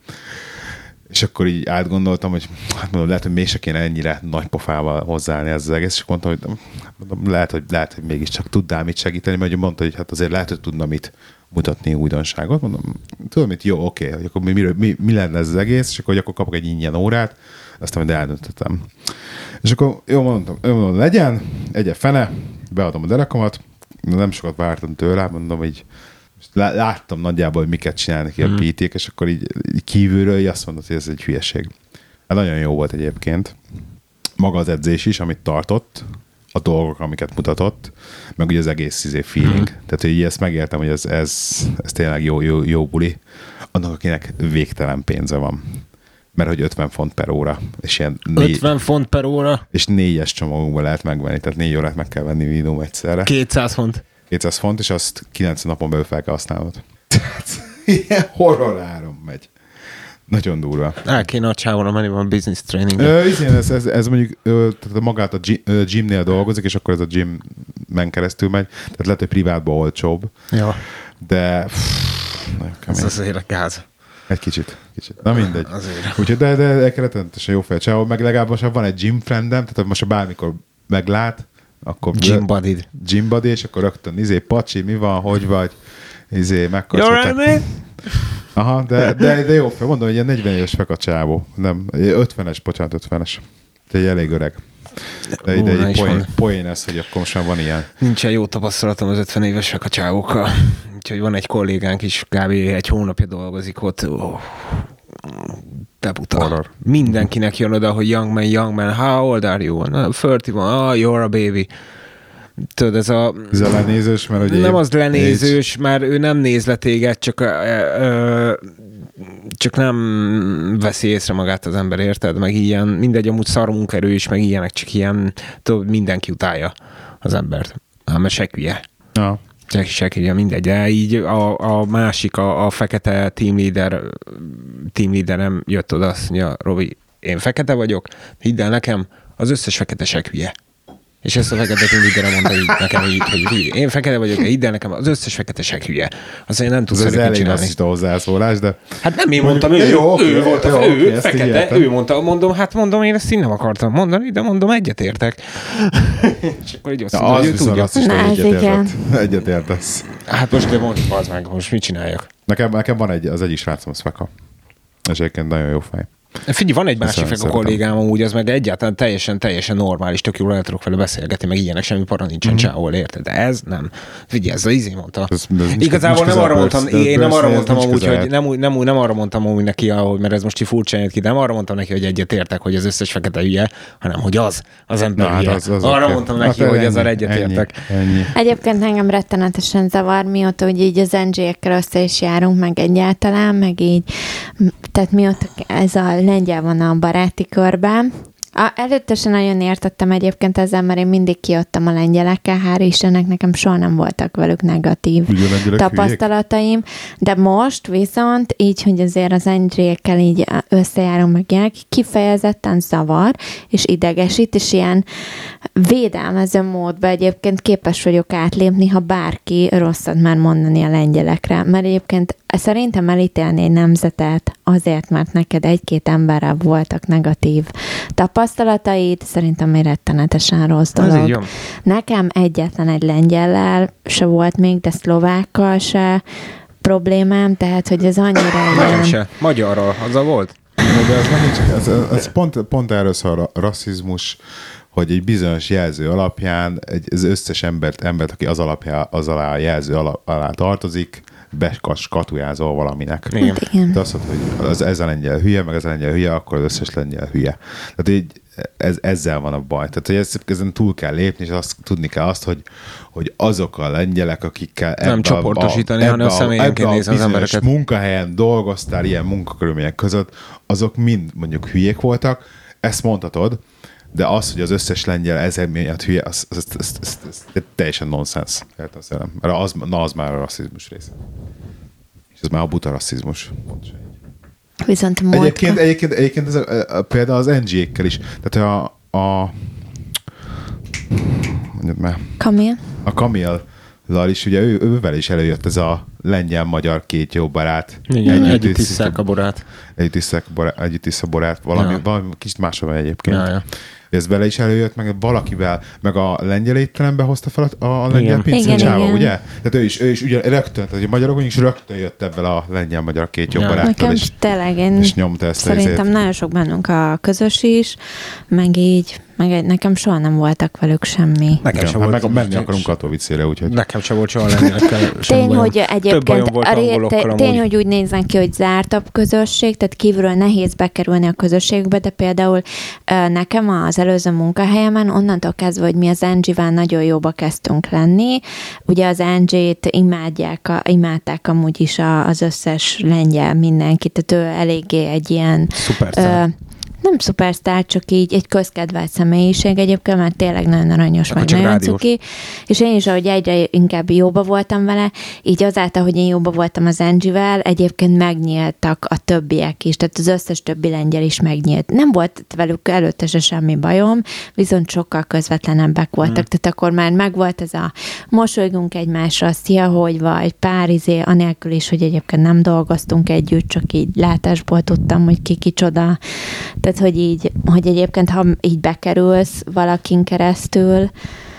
És akkor így átgondoltam, hogy hát mondom, lehet, hogy mégse kéne ennyire nagy pofával hozzáállni ez az egész, és mondtam, hogy mondom, lehet, hogy, lehet, hogy mégiscsak tudnál mit segíteni, mert mondta, hogy hát azért lehet, hogy tudna mit mutatni újdonságot. Mondom, tudom, hogy jó, oké, hogy akkor mi, mi, mi lenne ez az egész, és akkor, hogy akkor kapok egy ingyen órát, aztán majd eldöntöttem. És akkor jó mondtam, jó mondom, legyen, egye fene, beadom a derekamat, nem sokat vártam tőle, mondom, hogy láttam nagyjából, hogy miket csinálnak ki a pé té-k, és akkor így, így kívülről így azt mondod, hogy ez egy hülyeség. Hát nagyon jó volt egyébként. Maga az edzés is, amit tartott, a dolgok, amiket mutatott, meg ugye az egész izé feeling. Mm. Tehát, hogy így ezt megértem, hogy ez, ez, ez tényleg jó, jó, jó buli. Annak, akinek végtelen pénze van. Mert hogy ötven font per óra. És ilyen négy, ötven font per óra? És négyes csomagokban lehet megvenni, tehát négy órát meg kell venni minimum egyszerre. kétszáz font. kétszáz font, és azt kilencven napon belül fel kell használnod. Ilyen horror áron megy. Nagyon durva. El kéne a csávóra menni, van business training. Ez, ez, ez mondjuk ö, tehát magát a gymnél dolgozik, és akkor ez a gymmen keresztül megy. Tehát lehet, hogy privátban olcsóbb. Ja. De pff, ez azért a gáz. Egy kicsit. kicsit. Na mindegy. Azért. Úgyhogy de, de, de rettenetesen jó fejcsávó, meg legalább most van egy gym friendem, tehát most bármikor meglát, akkor... Gym buddy. Gym buddy, és akkor rögtön izé, pacsi, mi van, hogy vagy, izé, You're megkacsolták. right, man? Aha, de, de, de jó, mondom, hogy ilyen negyven éves fekacsávó. Nem, ötvenes, bocsánat, ötvenes. De egy elég öreg. De ide Hú, egy poén, van. poén ez, hogy akkor most már van ilyen. Nincsen jó tapasztalatom az ötven évesek a csávokkal. Úgyhogy van egy kollégánk is, kb. Egy hónapja dolgozik ott. Oh, te buta. Horror. Mindenkinek jön oda, hogy young man, young man, how old are you? harminc van, oh, you're a baby. Tudod, ez a... Ez a lenézős, mert ugye... Nem az lenézős, mert ő nem néz le téged, csak, ö, ö, csak nem veszi észre magát az ember, érted? Meg ilyen, mindegy, amúgy szar munkaerő is, meg ilyenek, csak ilyen, tudod, mindenki utálja az embert. Hát, mert sekülye. Ja. Senki sekülye, mindegy. De így a, a másik, a, a fekete team leader, team leaderem jött oda, azt mondja, Robi, én fekete vagyok, hidd el nekem, az összes fekete sekülye. És ezt a fekete tűnvidere mondta így nekem így, hogy én fekete vagyok, hidd el nekem, az összes fekete se hülye. Azt én nem tudsz Ez elég csinálni. rasszista hozzászólás, de... Hát nem én mondtam, ő, jó, oké, ő volt a jó, ő, oké, ezt így fekete, értem. ő mondta, mondom, hát mondom, én ezt így nem akartam mondani, de mondom, egyetértek. És akkor így azt Na, mondom, az hogy ő viszont tudja. rasszista, Na, hogy ez egyetértett. Egyetértesz. Hát most, de most, az meg, most mit csináljak? Nekem, nekem van egy, az egyik srácom, az feka. És egyébként nagyon jó fej. Figyelj, van egy másik Köszönöm, fekete kollégám, amúgy az meg egyáltalán teljesen, teljesen normális, tök jól el tudok vele beszélgetni, meg ilyenek, semmi para nincsen, mm-hmm. Csáhol, érted? De ez nem. Figyelj, ez az izé mondta. Ez- ez nincs- Igazából nincs nem arra közel, mondtam, Börsz- én nem Börsz- arra ez mondtam nincs amúgy, közel. hogy nem, úgy- nem, úgy- nem arra mondtam amúgy neki, ahogy, mert ez most így furcsa jött ki, nem arra mondtam neki, hogy egyet értek, hogy az összes fekete hülye, hanem hogy az, az ember Na, hát hülye. az- az arra oké. mondtam Hát neki, hogy ezzel ennyi, egyet ennyi, értek. Ennyi. Egyébként engem rettenetesen zavar, mióta hogy így az en gé-ekkel össze is járunk, meg egyáltalán, meg így, tehát mióta ez a lengyel van a baráti körben. A, előtte sem nagyon értettem egyébként ezzel, mert én mindig kijöttem a lengyelekkel, hál' Istennek nekem soha nem voltak velük negatív Ugye a lengyelek tapasztalataim, de most viszont így, hogy azért az en gé-ekkel így összejárunk meg ilyenek, kifejezetten zavar, és idegesít, és ilyen védelmező módba egyébként képes vagyok átlépni, ha bárki rosszat már mondani a lengyelekre, mert egyébként szerintem elítélni egy nemzetet azért, mert neked egy-két emberrel voltak negatív tapasztalataid, szerintem egy rettenetesen rossz Ez így dolog. van. Nekem egyetlen egy lengyellel se volt még, de szlovákkal se problémám, tehát, hogy ez annyira Nekem ilyen... se. Magyarral, azzal volt? De ez megint csak, ez, ez pont, pont erről szól a rasszizmus, hogy egy bizonyos jelző alapján egy, az összes embert, embert, aki az, alapján, az alá a jelző alá, alá tartozik, beskatujázol valaminek. Igen. Hát igen. De azt mondod, hogy az, ez a lengyel hülye, meg ez a lengyel hülye, akkor az összes lengyel hülye. Tehát így ez, ezzel van a baj. Tehát, hogy ezt, ezen túl kell lépni, és azt, tudni kell azt, hogy, hogy azok a lengyelek, akikkel Nem ebbe csoportosítani, a, hanem ebbe személyenként ebbe a nézni az bizonyos embereket. munkahelyen dolgoztál ilyen munkakörülmények között, azok mind mondjuk hülyék voltak, ezt mondhatod, de az, hogy az összes lengyel ezért miatt hülye, az, az, az, az, az, az, az teljesen nonsens. Mert az, na, az már a rasszizmus része. És ez már a buta rasszizmus. Viszont múltkor... Egyébként, egyébként, egyébként ez a, a, például az en gé-kkel is. Tehát a, a mondjad már, Kamil? a Kamillal is, ugye ő, ővel is előjött ez a lengyel-magyar két jó barát. Igen, együtt isszák a borát. Együtt isszák a borát, együtt isz a borát. Valami, Ja. valami kicsit máshol van egyébként. Ja, ja. Ez vele is előjött, meg valakivel, meg a lengyel étterembe hozta fel a, a lengyel Igen. pincét Igen, csáva, igen. ugye? Tehát ő is, ő is ugye rögtön, tehát a magyarok is rögtön jött ebben a lengyel-magyar két jó Ja. baráttal, Nekem és, tényleg, én és nyomta ezt a szerintem izét. nagyon sok bennünk a közös is, meg így, meg egy- nekem soha nem voltak velük semmi. Nekem Ja, sem hát volt. meg menni akarunk Katowicére, úgyhogy Nekem sem volt soha lengyelekkel. sem Tény, bajom. hogy Több bajom egyébként volt a ré, angolokkal tény, amúgy. hogy úgy néznek ki, hogy zártabb közösség, tehát kívülről nehéz bekerülni a közösségbe, de például ö, nekem az előző munkahelyemen onnantól kezdve, hogy mi az en gé-vel nagyon jóba kezdtünk lenni. Ugye az en gét imádják, a, imádták amúgy is a, az összes lengyel mindenki, tehát ő eléggé egy ilyen Szuper ö, szám. nem szupersztár, csak így egy közkedvelt személyiség egyébként, mert tényleg nagyon aranyos, meg nagyon rádiós. Cuki. És én is, ahogy egyre inkább jóba voltam vele, így azáltal, hogy én jóba voltam az Angie-vel, egyébként megnyíltak a többiek is, tehát az összes többi lengyel is megnyílt. Nem volt velük előtte se semmi bajom, viszont sokkal közvetlenebbek voltak, hmm. tehát akkor már megvolt ez a mosolygunk egymásra, szia, hogy vagy, pár izé, anélkül is, hogy egyébként nem dolgoztunk együtt, csak így látásból tudtam, hogy ki kicsoda. Tehát, hogy így, hogy egyébként, ha így bekerülsz valakin keresztül,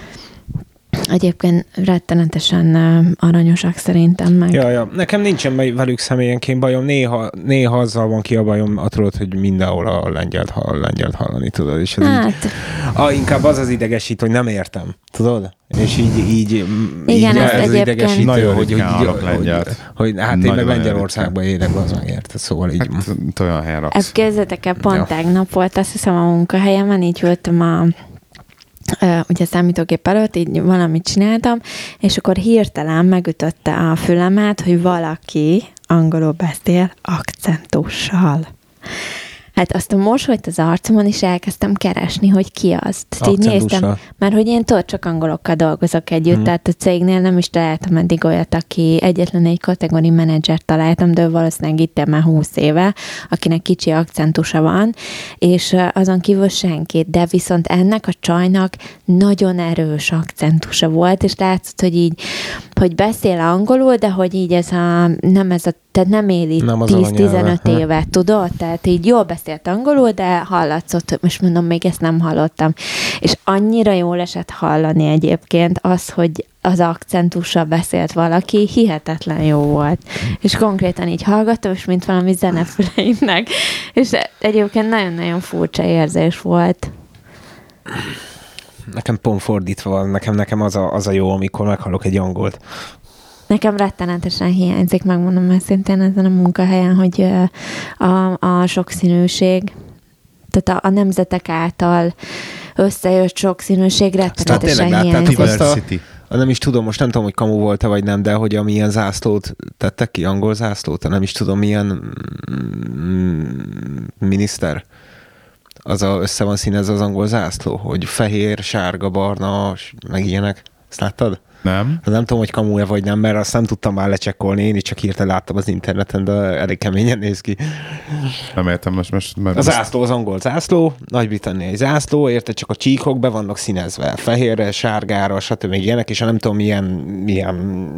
egyébként rettenetesen aranyosak szerintem meg. Ja, ja. Nekem nincsen velük személyenként bajom, néha, néha azzal van ki a bajom, tudod, hogy mindenhol a lengyelt, a lengyelt hallani, tudod, és ez hát. így, a, inkább az az idegesít, hogy nem értem, tudod? És így, így, igen, így ez, ez az idegesítő, nagyon hogy, hogy, hogy, hogy, hogy hát nagyon én meg Lengyelországban élek, az megérte, szóval így. Hát, olyan helyen raksz. Ezt képzeljétek el, pont ja. tegnap volt, azt hiszem a munkahelyemen, így ültem a Uh, ugye számítógép előtt, így valamit csináltam, és akkor hirtelen megütötte a fülemet, hogy valaki angolul beszél akcentussal. Hát azt a mosolyt az arcomon is elkezdtem keresni, hogy ki az. Tehát így néztem, mert hogy én tudod, csak angolokkal dolgozok együtt, hmm. tehát a cégnél nem is találtam eddig olyat, aki egyetlen egy kategóri menedzsert találtam, de valószínűleg itt már húsz éve, akinek kicsi akcentusa van, és azon kívül senki, de viszont ennek a csajnak nagyon erős akcentusa volt, és látszott, hogy így, hogy beszél angolul, de hogy így ez a, nem ez a, tehát nem él itt tíz-tizenöt évet, tudod? Tehát így jól beszélt angolul, de hallatszott, most mondom, még ezt nem hallottam. És annyira jól esett hallani egyébként az, hogy az akcentussal beszélt valaki, hihetetlen jó volt. És konkrétan így hallgattam, és mint valami zenefüleimnek. És egyébként nagyon-nagyon furcsa érzés volt. Nekem pont fordítva van, nekem, nekem az, a, az a jó, amikor meghallok egy angolt. Nekem rettenetesen hiányzik, megmondom őszintén ezen a munkahelyen, hogy a, a sokszínűség, tehát a, a nemzetek által összejött sokszínűség rettenetesen hiányzik. Azt a, a, nem is tudom, most nem tudom, hogy kamu volt-e vagy nem, de hogy amilyen zászlót tettek ki, angol zászlót, nem is tudom, milyen mm, miniszter, az a, össze van színezve az angol zászló, hogy fehér, sárga, barna, meg ilyenek. Ezt láttad? Nem. Nem tudom, hogy kamu-e vagy nem, mert azt nem tudtam már lecsekkolni, én is csak hirtelen láttam az interneten, de elég keményen néz ki. Nem értem most. most mert a zászló az angol zászló, Nagy-Britanniai zászló, érted, csak a csíkok be vannak színezve, fehérre, sárgára, stb. Ilyenek, és nem tudom, milyen, milyen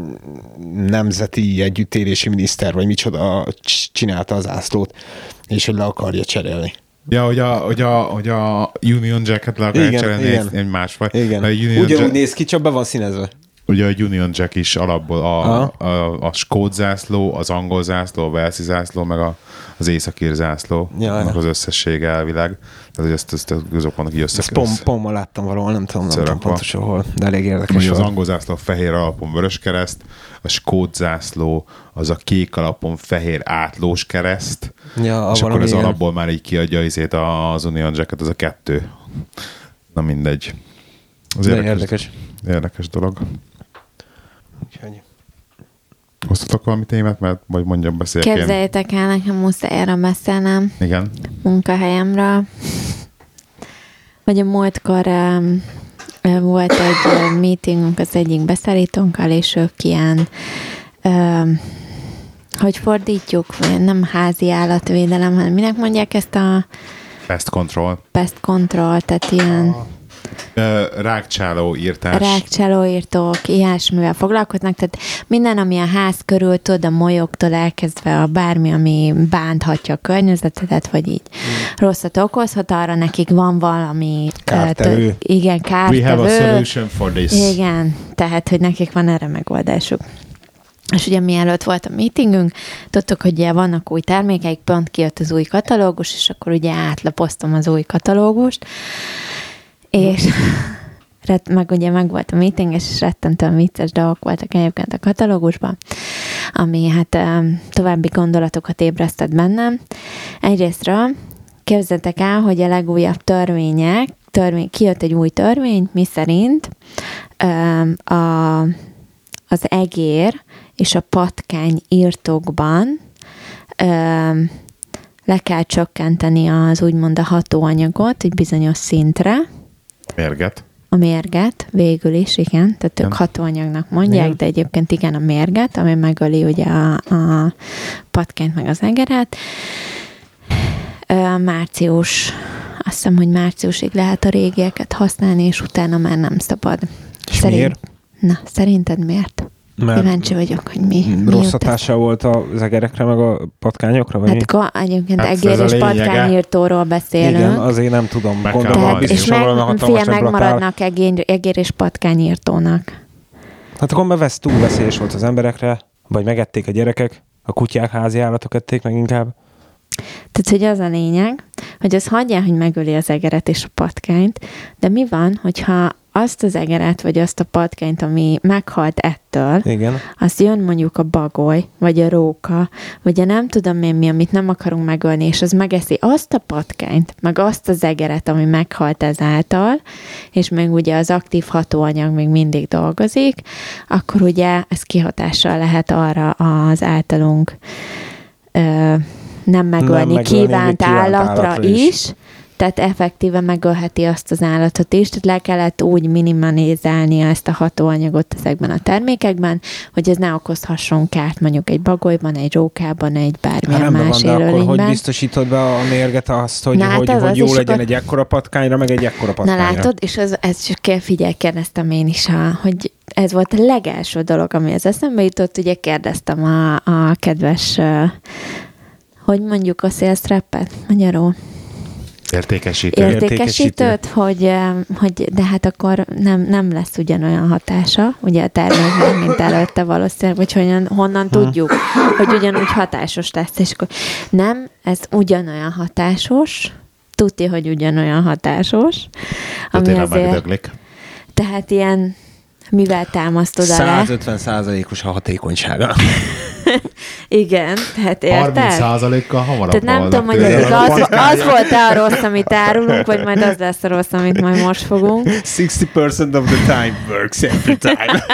nemzeti együttélési miniszter, vagy micsoda csinálta az zászlót, és hogy le akarja cserélni. Ja, hogy a, hogy a, hogy a Union Jacket le akarják cserélni egy, egy másfajta. Igen, ugyanúgy Jack... néz ki, csak be van színezve. Ugye a Union Jack is alapból a, a, a, a skót zászló, az angol zászló, a walesi zászló, meg a, az északír zászló, ja, ja. az összessége elvileg. Tehát, hogy ezt, ezt azok vannak így összeköz. Ezt pom, pommal láttam valahol, nem tudom, nem tudom pontosan hol, de elég érdekes. Az angol zászló fehér alapon vörös kereszt, a skót zászló az a kék alapon fehér átlós kereszt, ja, és akkor az alapból már így kiadja izét az Union Jacket, az a kettő. Na mindegy. Az érdekes, érdekes. Érdekes dolog. Úgyhogy. Hoztatok valami témát, mert vagy mondjam, beszéljek. Képzeljétek el, nekem muszáj erre beszélnem. Igen. Munkahelyemről. Hogy a múltkor um, volt egy uh, meetingünk az egyik beszállítónkkal, és ők ilyen um, hogy fordítjuk, nem házi állatvédelem, hanem minek mondják ezt a pest control. Pest control, tehát ilyen rákcsáló írtás. Rákcsáló írtók, ilyesmivel foglalkoznak, tehát minden, ami a ház körül tud, a molyogtól elkezdve a bármi, ami bánthatja a környezetet, vagy így hmm. rosszat okozhat, arra nekik van valami kártevő. T- igen, kártevő. We have a solution for this. Igen, tehát, hogy nekik van erre megoldásuk. És ugye mielőtt volt a meetingünk, tudtuk, hogy ugye vannak új termékeik, pont kijött az új katalógus, és akkor ugye átlapoztam az új katalógust, és meg ugye meg volt a meeting, és rettentően vicces dolgok voltak egyébként a katalógusban, ami hát további gondolatokat ébresztett bennem. Egyrésztről képzeljétek el, hogy a legújabb törvények, törvény, kijött egy új törvény, miszerint a, az egér és a patkány írtókban le kell csökkenteni az úgymond a hatóanyagot egy bizonyos szintre. Mérget. A mérget, végül is, igen. Tehát ők hatóanyagnak mondják, igen. De egyébként igen a mérget, ami megöli ugye a, a patkányt meg az egeret. Március, azt hiszem, hogy márciusig lehet a régieket használni, és utána már nem szabad. És Szerint... miért? Na, szerinted miért? Mert kíváncsi vagyok, hogy mi. Rossz hatása volt az egerekre, meg a patkányokra? Vagy hát ko, egyébként hát egér és patkányírtóról beszélünk. Igen, azért nem tudom. Gondolom, és meg, fél megmaradnak egér, egér és patkányírtónak. Hát akkor mert túl veszélyes volt az emberekre, vagy megették a gyerekek, a kutyák, házi állatok ették meg inkább. Tehát, hogy az a lényeg, hogy az hagyjál, hogy megöli az egeret és a patkányt, de mi van, hogyha azt az egeret, vagy azt a patkányt, ami meghalt ettől, igen. azt jön mondjuk a bagoly, vagy a róka, vagy a nem tudom én mi, amit nem akarunk megölni, és az megeszi azt a patkányt, meg azt az egeret, ami meghalt ezáltal, és még ugye az aktív hatóanyag még mindig dolgozik, akkor ugye ez kihatással lehet arra az általunk ö, nem megölni, nem kívánt, kívánt állatra, állatra is, is, tehát effektíve megölheti azt az állatot is, tehát le kellett úgy minimalizálni ezt a hatóanyagot ezekben a termékekben, hogy ez ne okozhasson kárt mondjuk egy bagolyban, egy rókában, egy bármilyen hát más van, élőlényben. Akkor hogy biztosítod be a mérget azt, hogy, Na, hogy, hát az hogy az jó legyen akkor... egy ekkora patkányra, meg egy ekkora patkányra? Na látod, és ez, ez csak kell figyelj, kérdeztem én is, a, hogy ez volt a legelső dolog, ami az eszembe jutott, ugye kérdeztem a, a kedves, hogy mondjuk a sales rep-et magyarul? Értékesítő. Értékesítőt, hogy, hogy de hát akkor nem, nem lesz ugyanolyan hatása, ugye a terméknek, mint előtte valószínűleg, vagy hogyan, honnan hmm. tudjuk, hogy ugyanúgy hatásos lesz, és akkor nem, ez ugyanolyan hatásos, tudja, hogy ugyanolyan hatásos, ami azért, tehát ilyen, mivel támasztod alá? százötven százalékos a hatékonysága. Igen, tehát érted? harminc százalékkal hamarabb. Tehát nem tudom, hogy ez az, az volt-e a rossz, amit árulunk, vagy majd az lesz a rossz, amit majd most fogunk. sixty percent of the time works every time.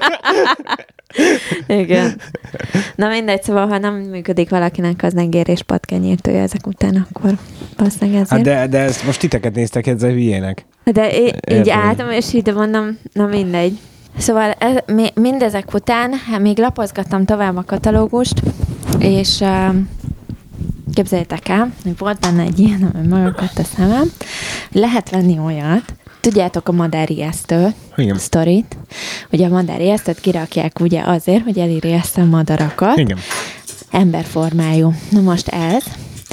Igen. Na mindegy, szóval ha nem működik valakinek az negér és patkányírtója ezek után, akkor valószínűleg ezért. Hát de, de ezt most titeket néztek ezzel hülyének. De így, így álltam, és így mondom, na mindegy. Szóval ez, mindezek után még lapozgattam tovább a katalógust, és uh, képzeljétek el, hogy volt benne egy ilyen, ami magakat a szemem. Lehet venni olyat, tudjátok a madárijesztő sztorit, ugye a madárijesztőt kirakják ugye azért, hogy elirijessze a madarakat. Igen. Emberformájú. Na most ez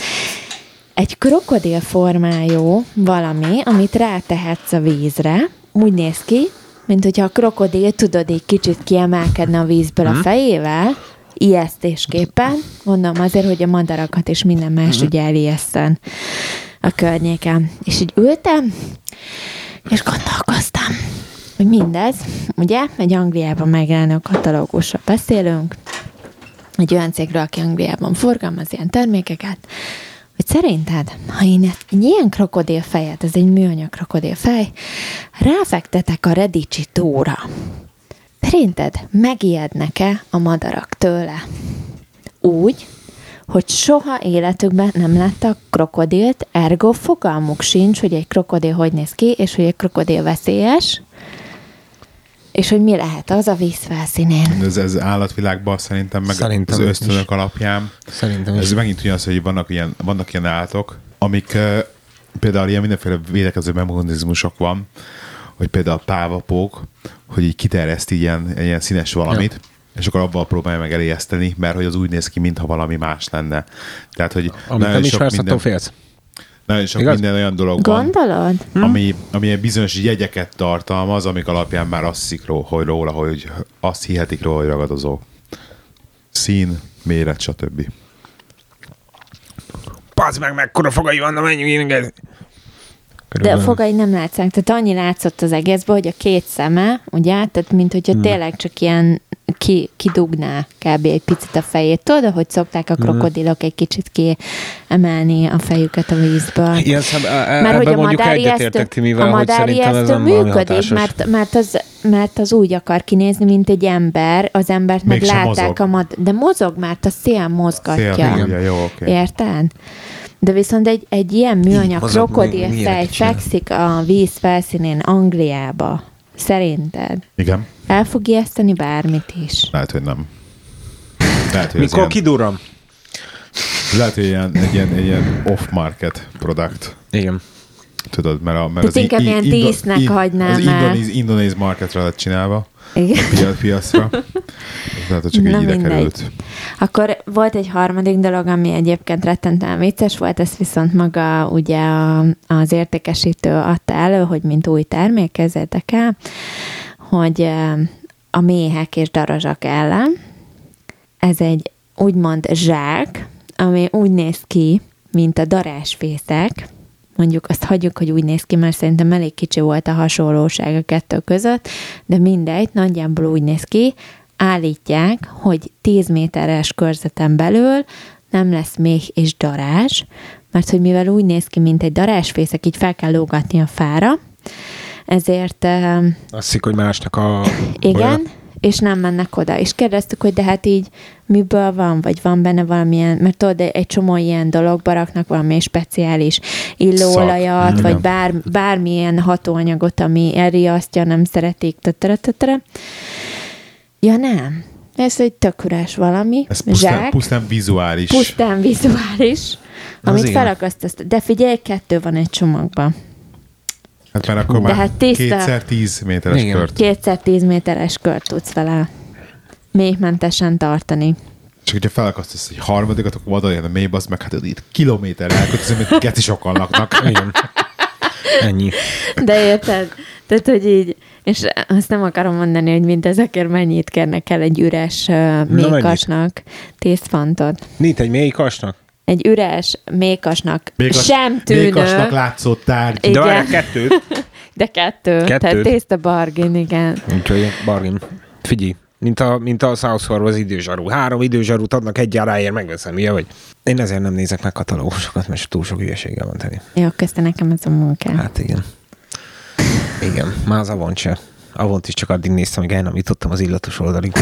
egy krokodil formájú valami, amit rátehetsz a vízre, úgy néz ki, mint hogyha a krokodil, tudod, egy kicsit kiemelkedne a vízből hmm. a fejével, ijesztésképpen, mondom azért, hogy a madarakat és minden más hmm. ugye elijesszen a környéken. És így ültem, és gondolkoztam, hogy mindez, ugye, egy Angliában megjelenő katalógusra beszélünk, egy olyan cégről, aki Angliában forgalmaz ilyen termékeket, hogy szerinted, ha én egy ilyen krokodilfejet, ez egy műanyag krokodilfej, ráfektetek a Redicsi tóra, szerinted megijednek-e a madarak tőle? Úgy, hogy soha életükben nem láttak krokodilt, ergo fogalmuk sincs, hogy egy krokodil hogy néz ki, és hogy egy krokodil veszélyes, és hogy mi lehet az a víz felszínén. Ez, ez állatvilágban szerintem, meg szerintem az ösztönök is. Alapján. Szerintem ez is. megint ugyanaz, hogy vannak ilyen, vannak ilyen állatok, amik uh, például ilyen mindenféle védekező mechanizmusok van, hogy például a pávapók, hogy így kiterjeszt ilyen, ilyen színes valamit, ja. és akkor abban próbálja meg eléjeszteni, mert hogy az úgy néz ki, mintha valami más lenne. Tehát, hogy amit nem ismersz, attól félsz. Nagyon sok Igaz? Minden olyan dolog Gondolod? van, hm? ami, ami bizonyos jegyeket tartalmaz, amik alapján már azt hiszik róla, hogy, róla, hogy azt hihetik róla, hogy ragadozó. Szín, méret, stb. Pazd meg, mekkora fogai vannak, menjünk én. De a fogai nem látszanak, tehát annyi látszott az egészben, hogy a két szeme, ugye, tehát mint hogyha hmm. tényleg csak ilyen ki, kidugná kb. Egy picit a fejét. Tudod, ahogy szokták a krokodilok egy kicsit kiemelni a fejüket a vízből. Ilyen szem, e, mert hogy a madárijesztő, Timivel, a madárijesztő működik, mert, mert, az, mert az úgy akar kinézni, mint egy ember, az embert meg mégsem látták mozog. a mad... De mozog, mert a szél mozgatja. Szél, jó, okay. Érted? De viszont egy, egy ilyen műanyag krokodilfej fekszik a víz felszínén Angliába. Szerinted? Igen. El fog ijeszteni bármit is. Lehet, hogy nem. Lehet, hogy Mikor ilyen, kiduram? lehet, hogy ilyen, egy, ilyen, egy ilyen off-market product. Igen. Tudod, mert, a, mert Tehát az inkább ilyen dísznek hagynám az el. indonéz, indonéz marketre lett csinálva. Igen. A piac, piacra. Lehet, hogy csak Na így ide mindegy. került. Akkor volt egy harmadik dolog, ami egyébként rettentően vicces volt, ezt viszont maga ugye a, az értékesítő adta elő, hogy mint új termék, kezdjétek el, hogy a méhek és darazsak ellen. Ez egy úgymond zsák, ami úgy néz ki, mint a darázsfészek. Mondjuk azt hagyjuk, hogy úgy néz ki, mert szerintem elég kicsi volt a hasonlóság a kettő között, de mindegy, nagyjából úgy néz ki. Állítják, hogy tíz méteres körzeten belül nem lesz méh és darázs, mert hogy mivel úgy néz ki, mint egy darázsfészek, így fel kell lógatni a fára, ezért... Azt hiszik, hogy másnak a... Igen, olyan. és nem mennek oda. És kérdeztük, hogy de hát így miből van, vagy van benne valamilyen, mert tudod, egy csomó ilyen dologba raknak valami speciális illóolajat, Szak. vagy Igen. bár, bármilyen hatóanyagot, ami elriasztja, nem szeretik, tetere, tetere. Ja nem, ez egy tök üres valami, Ez pusztán, zsák, pusztán vizuális. pusztán vizuális, amit igen. felakasztasz. De figyelj, kettő van egy csomagban. Hát már akkor De már hát tiszta. kétszer tíz méteres Igen. kört. Kétszer tíz méteres kört tudsz vele méhmentesen tartani. Csak hogyha felakasztasz egy harmadikat, akkor oda jön a mélybe, az meg hát itt kilométer elkötözöm, mint geci sokan laknak. Igen. Ennyi. De érted? Tehát, hogy így, és azt nem akarom mondani, hogy mint ezekért mennyit kérnek el egy üres uh, mékasnak. tíz fontot. Nincs egy mély kasnak? Egy üres mékasnak Mékas, sem tűnő. Mékasnak látszott tárgy. Igen. De várjál, kettőt. De kettő. Kettőt. Tehát tészta bargain, igen. Úgyhogy bargain. Figyelj, mint a, mint a South Park az időzsarú. Három időzsarút adnak egy áráért, megveszem, ugye, vagy? Én ezért nem nézek meg katalógusokat, mert túl sok hülyeséggel van tenni. Jó, közte nekem ez a munkám. Hát igen. Igen, már az Avont se. Avont is csak addig néztem, hogy el nem jutottam az illatos oldalig.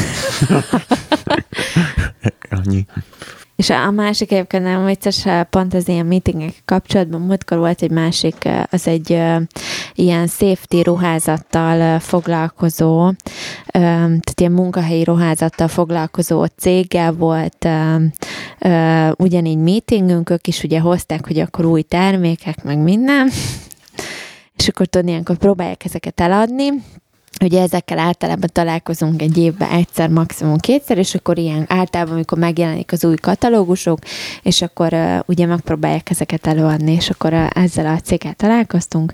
Annyi. És a másik egyébként nem vicces, pont az ilyen meetingek kapcsolatban, múltkor volt egy másik, az egy uh, ilyen safety ruházattal uh, foglalkozó, um, tehát ilyen munkahelyi ruházattal foglalkozó céggel volt um, uh, ugyanígy meetingünk, ők is ugye hozták, hogy akkor új termékek, meg minden, és akkor tudni, ilyenkor próbálják ezeket eladni. Ugye ezekkel általában találkozunk egy évben egyszer, maximum kétszer, és akkor ilyen általában, amikor megjelenik az új katalógusok, és akkor uh, ugye megpróbálják ezeket előadni, és akkor uh, ezzel a céggel találkoztunk.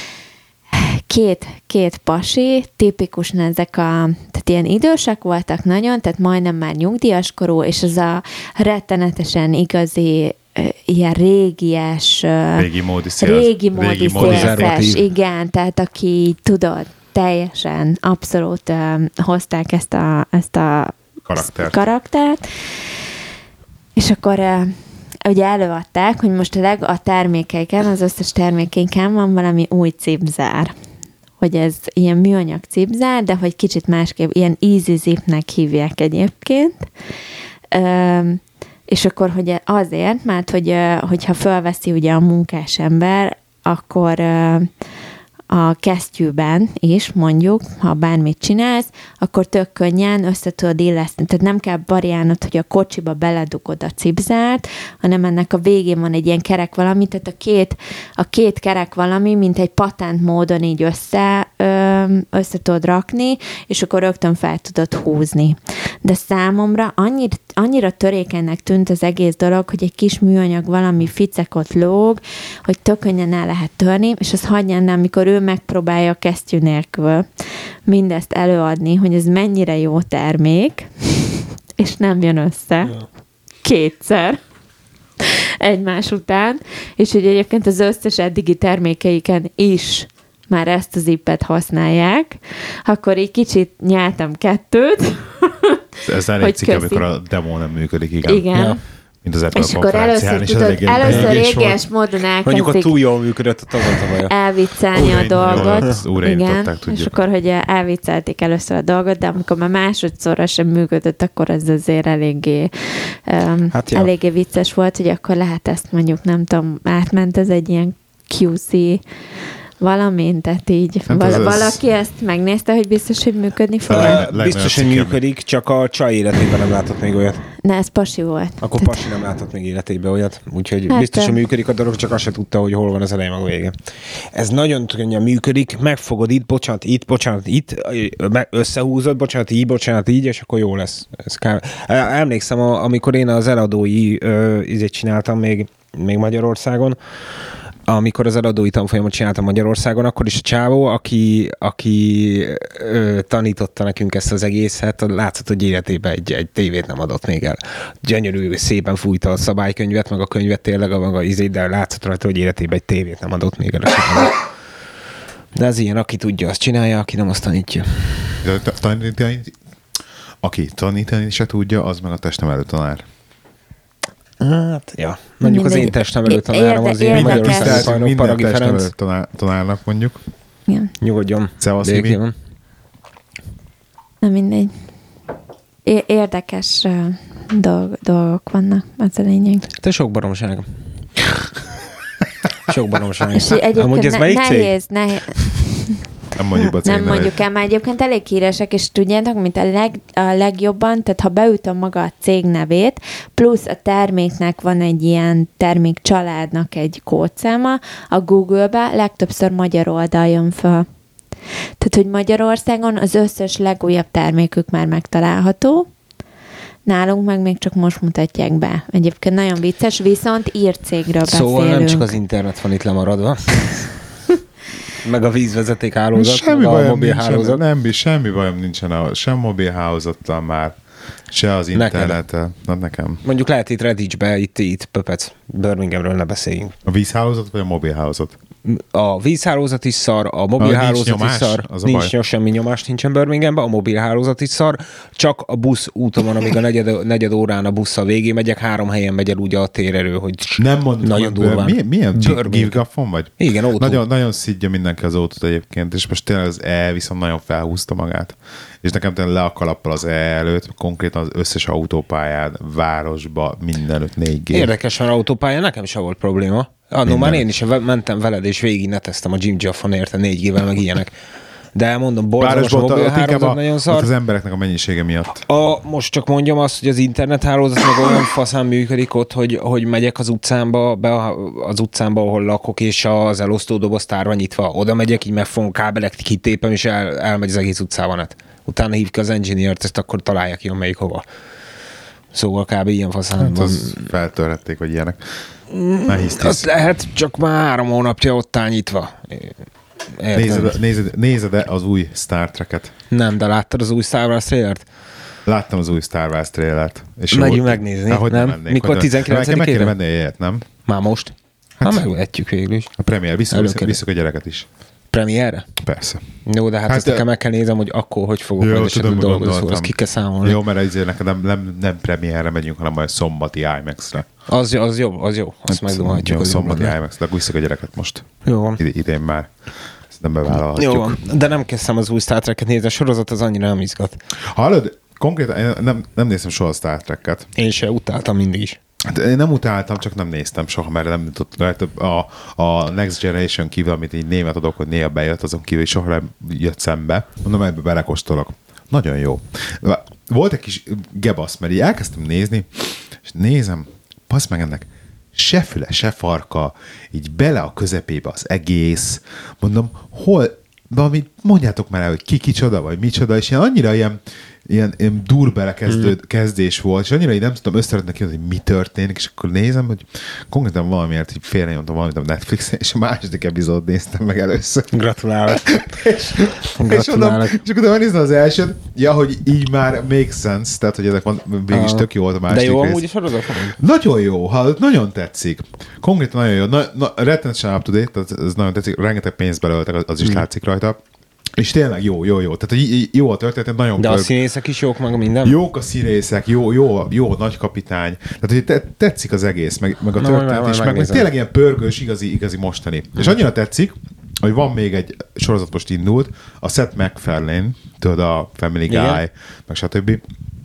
Két, két pasi, tipikusan ezek a, tehát ilyen idősek voltak nagyon, tehát majdnem már nyugdíjaskorú, és az a rettenetesen igazi, uh, ilyen régies, uh, Régi módi szél. régi módi régi módi szélszes, konzervatív. igen, tehát aki tudod, teljesen, abszolút um, hozták ezt a, ezt a Karaktert. karaktert, és akkor uh, ugye előadták, hogy most a, leg, a termékeiken, az összes termékeinken van valami új cipzár. Hogy ez ilyen műanyag cipzár, de hogy kicsit másképp, ilyen easy zipnek hívják egyébként. Um, és akkor, hogy azért, mert hogy, uh, hogyha fölveszi ugye a munkás ember, akkor uh, a kesztyűben is, mondjuk, ha bármit csinálsz, akkor tök könnyen össze tudod illeszteni. Tehát nem kell variálnod, hogy a kocsiba beledugod a cipzárt, hanem ennek a végén van egy ilyen kerek valami, tehát a két, a két kerek valami, mint egy patent módon így össze, ö, össze tudod rakni, és akkor rögtön fel tudod húzni. De számomra annyira, annyira törékenynek tűnt az egész dolog, hogy egy kis műanyag valami ficekot lóg, hogy tök könnyen el lehet törni, és az hagyján, amikor ő megpróbálja a kesztyű nélkül mindezt előadni, hogy ez mennyire jó termék, és nem jön össze kétszer egymás után, és hogy egyébként az összes eddigi termékeiken is már ezt az ippet használják, akkor így kicsit nyeltem kettőt, Ez elég cikk, amikor a demo nem működik, igen. Igen. Ja. Mint az Apple és akkor először, tudod, először réges módon elkezdik. Mondjuk a túl jól működött a tavaly. Elviccelni a dolgot. Újra igen, és akkor, hogy elviccelték először a dolgot, de amikor már másodszorra sem működött, akkor ez azért eléggé, um, hát ja. eléggé vicces volt, hogy akkor lehet ezt mondjuk, nem tudom, átment ez egy ilyen kú cé valamint, tehát így hát val- valaki ez... ezt megnézte, hogy biztos, hogy működni fog? Uh, biztos, hogy működik, csak a csaj életében nem látott még olyat. Ne, ez pasi volt. Akkor tehát... pasi nem látott még életében olyat, úgyhogy hát biztos, hogy működik a dolog, csak azt se tudta, hogy hol van az eleje meg a vége. Ez nagyon könnyen működik, megfogod itt, bocsánat, itt, bocsánat, itt, összehúzod, bocsánat, így, bocsánat, így, és akkor jó lesz. Ez kár... Emlékszem, amikor én az eladói izét csináltam még, még Magyarországon, amikor az eladói tanfolyamot csináltam Magyarországon, akkor is a csávó, aki, aki ö, tanította nekünk ezt az egészet, látszott, hogy életében egy, egy tévét nem adott még el. Gyönyörű, szépen fújta a szabálykönyvet, meg a könyvet tényleg, a maga izét, de látszott rajta, hogy életében egy tévét nem adott még el. De ez ilyen, aki tudja, azt csinálja, aki nem, azt tanítja. Aki tanítani se tudja, az meg a testnevelő tanár. Hát, ja. Mondjuk Mindegy. Az én testnevelő tanárom az én Magyarországi Szajnok Paragi Ferenc. Tanár, tanárnak mondjuk. Ja. Nyugodjon. Szevasz, Imi. Na mindegy. É- érdekes uh, dolg- dolgok vannak, az a lényeg. Te sok baromság. Sok baromság. És egyébként ez ne- nehéz, nehéz. Nem mondjuk a Nem mondjuk el, már egyébként elég híresek, és tudjátok, mint a, leg, a legjobban, tehát ha beütöm maga a cég nevét, plusz a terméknek van egy ilyen termék családnak egy kódszáma, a Google-be legtöbbször magyar oldal jön föl. Tehát, hogy Magyarországon az összes legújabb termékük már megtalálható, nálunk meg még csak most mutatják be. Egyébként nagyon vicces, viszont írt cégről beszélünk. Szóval nem csak az internet van itt lemaradva. Meg a vízvezeték hálózat, semmi meg a bajom mobil nincsen, hálózat. Nem, semmi bajom nincsen, a, sem mobil hálózattal már, se az internettel. Na nekem. Mondjuk lehet itt Redditchbe, itt, itt Pöpec, Birminghamről ne beszéljünk. A vízhálózat vagy a mobil hálózat? A vízhálózat is szar, a mobil a hálózat nyomás, is szar, nincs nyom, semmi nyomás nincsen Birminghamben, a mobil hálózat is szar, csak a busz úton van, amíg a negyed, negyed órán a busszal végé megyek, három helyen megy el ugye a térerő, hogy nem mondom, nagyon durván. Milyen, milyen gigafon vagy? Igen, autó. Nagyon, nagyon szidja mindenki az autót egyébként, és most tényleg az E viszont nagyon felhúzta magát. És nekem tényleg le a kalappal az E előtt, konkrétan az összes autópályán, városba, mindenütt négy G. Érdekes, mert autópályán nekem sem volt probléma. Annó már én is mentem veled, és végig neteztem a Jim Jaffon érte négy G-vel, meg ilyenek. De mondom, borzalmas a mobil hálózat, nagyon szar. Az embereknek a mennyisége miatt. A, most csak mondjam azt, hogy az internet hálózat meg olyan faszán működik ott, hogy, hogy megyek az utcámba, be az utcámba, ahol lakok, és az elosztódoboz tárva nyitva. Oda megyek, így megfogom kábelek, kitépem, és el, elmegy az egész utcában. Hát. Utána hívjuk az engineert, ezt akkor találják ki, melyik hova. Szóval kb. Ilyen faszán hát van. Az feltörhették, vagy ilyenek. Az lehet, csak már három hónapja ott áll nyitva. Nézed, nézed, nézed-e az új Star Trek-et? Nem, de láttad az új Star Wars trailert? Láttam az új Star Wars trailert. Megyünk megnézni, hát, nem? nem Mikor tizenkilencedikén? Meg kéne menni egyet, nem? Már most? Hát, hát megvehetjük végül is. A premier, visszük, visszük a gyereket is. Premierre? Persze. Jó, de hát, hát ezt nekem meg kell nézem, hogy akkor hogy fogok majd esetleg dolgozni, ezt ki kell számolni. Jó, mert ezért neked nem, nem, nem premierre megyünk, hanem majd szombati IMAX-re. Az, az jó, az jó. Azt hát megdumhatjuk. Jó, szombati IMAX-re, visszük a gyereket most. Jó. Id- idén már. Ezt nem bevállalhatjuk. Jó, de nem kezdtem az új Star Trek-et nézni, a sorozat az annyira nem izgat. Hallod? Konkrétan én nem, nem néztem soha a Star Trek-et. Én se utáltam mindig is. Hát én nem utáltam, csak nem néztem soha, mert nem tudtam. A, a Next Generation kívül, amit így német adok, hogy néha bejött, azon kívül soha nem jött szembe. Mondom, ebbe belekóstolok. Nagyon jó. Volt egy kis gebasz, mert így elkezdtem nézni, és nézem, passz meg ennek, se füle, se farka, így bele a közepébe az egész. Mondom, hol, valami, mondjátok már el, hogy ki kicsoda, vagy micsoda, és ilyen annyira ilyen, ilyen, ilyen durbele kezdő, mm. kezdés volt, és annyira így nem tudtam összeretni ki, hogy mi történik, és akkor nézem, hogy konkrétan valamiért így félrenyomtam valamit a Netflixen, és a második epizód néztem meg először. Gratulálok. és, és, mondom, és akkor megnéztem az elsőt, ja, hogy így már make sense, tehát, hogy ezek van, mégis tök jó volt a második rész. De jó amúgy is sorozat? Nagyon jó, ha, nagyon tetszik. Konkrétan nagyon jó. Na, na, rettenetesen up to date, tehát ez nagyon tetszik. Rengeteg pénzt belöltek, az is mm. látszik rajta. És tényleg jó, jó, jó. Tehát hogy jó a történet, nagyon De pörg... a színészek is jók, meg minden? Jók a színészek, jó, jó, jó a nagykapitány. Tehát hogy te, tetszik az egész, meg, meg a Na, történet majd is, meg, meg tényleg ilyen pörgős, igazi, igazi mostani. Mm. És annyira tetszik, hogy van még egy sorozat most indult, a Seth MacFarlane, tudod, a Family Guy, igen. meg stb.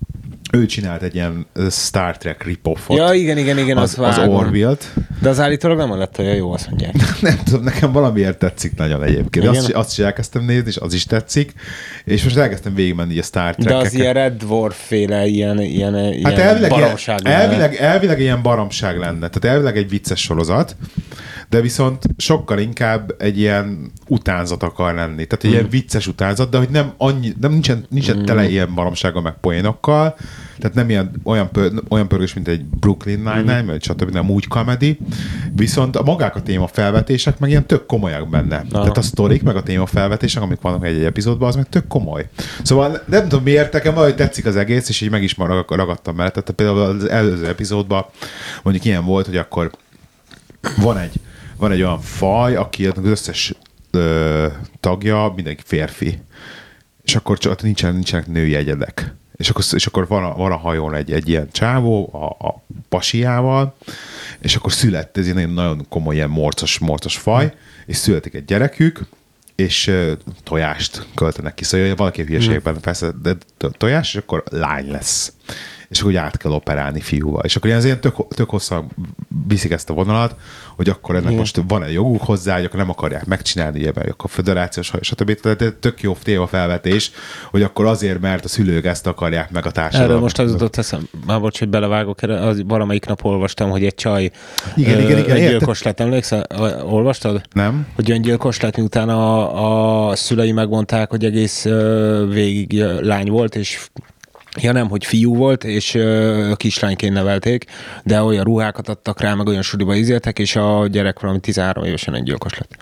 Ő csinált egy ilyen Star Trek rip-offot. Ja, igen, igen, igen, az, az, az Orville-t. De az állítólag nem lett olyan jó, azt mondják. Nem tudom, nekem valamiért tetszik nagyon egyébként. Azt, azt is elkezdtem nézni, és az is tetszik. És most elkezdtem végigmenni a Star Trek-eket. De az ilyen Red Dwarf-féle ilyen, ilyen, hát ilyen elvileg, baromság ilyen, elvileg, elvileg ilyen baromság lenne. Tehát elvileg egy vicces sorozat, de viszont sokkal inkább egy ilyen utánzat akar lenni. Tehát egy mm. ilyen vicces utánzat, de hogy nem annyi, nem nincsen, nincsen mm. tele ilyen baromsággal, meg poénokkal. Tehát nem ilyen, olyan, pör, olyan pörgős, mint egy Brooklyn Nine-Nine, vagy stb. Nem úgy comedy. Viszont a magák a téma felvetések meg ilyen tök komolyak benne. Aha. Tehát a sztorik, meg a téma felvetések, amik vannak egy-egy epizódban, az meg tök komoly. Szóval nem tudom miért, nekem valahogy tetszik az egész, és így meg is ragadtam mellett. Tehát például az előző epizódban mondjuk ilyen volt, hogy akkor van egy, van egy olyan faj, aki az összes ö, tagja, mindenki férfi. És akkor csak nincsen, nincsenek női egyedek. És akkor, és akkor van, a, van a hajón egy, egy ilyen csávó a, a pasiával, és akkor szület, ez egy nagyon komoly ilyen morcos, morcos faj, és születik egy gyerekük, és uh, tojást költenek ki. Szóval valaki hülyeségben persze, de tojás, és akkor lány lesz. És akkor úgy át kell operálni fiúval. És akkor ilyen, ilyen tök, tök hosszan viszik ezt a vonalat, hogy akkor ennek most van-e joguk hozzá, hogy akkor nem akarják megcsinálni, ugye, mert akkor föderációs, stb. Tehát tök jó téma felvetés, hogy akkor azért, mert a szülők ezt akarják meg a társadalom. Erről most az jutott eszem, már bocs, hogy belevágok, az valamelyik nap olvastam, hogy egy csaj igen, igen, igen, öngyilkos lett, emlékszel? Olvastad? Nem. Hogy öngyilkos lett, miután a, a szülei megmondták, hogy egész végig lány volt, és ja nem, hogy fiú volt, és uh, kislányként nevelték, de olyan ruhákat adtak rá, meg olyan suliba izéltek, és a gyerek valami tizenhárom évesen öngyilkos lett.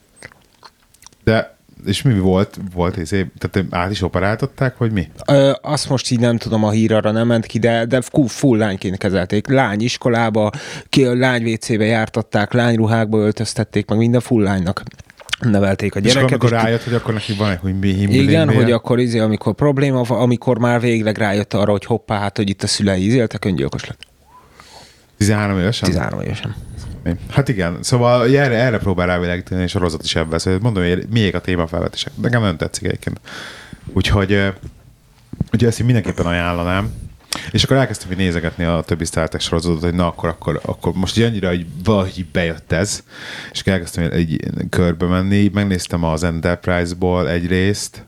De, és mi volt? Volt izé, tehát át is operáltatták, vagy mi? Ö, azt most így nem tudom, a hír arra nem ment ki, de, de full lányként kezelték. Lány iskolába, ki a lány vécébe jártatták, lányruhákba öltöztették, meg minden full lánynak nevelték a gyereket. És akkor rájött, hogy akkor neki van egy, hogy mi himli. Igen, hogy akkor izé, amikor probléma, amikor már végleg rájött arra, hogy hoppá, hát, hogy itt a szülei izéltek, öngyilkos lett. tizenhárom évesen? tizenhárom évesen. Hát igen, szóval erre, erre próbál rávilágítani, és a sorozat is ebben. Szóval mondom, hogy miért a témafelvetések. Nekem nagyon tetszik egyébként. Úgyhogy, úgyhogy ezt én mindenképpen ajánlanám. És akkor elkezdtem így nézegetni a többi Star Trek sorozatot, hogy na akkor, akkor, akkor most így annyira, hogy valahogy bejött ez, és elkezdtem egy körbe menni, megnéztem az Enterprise-ból egy részt,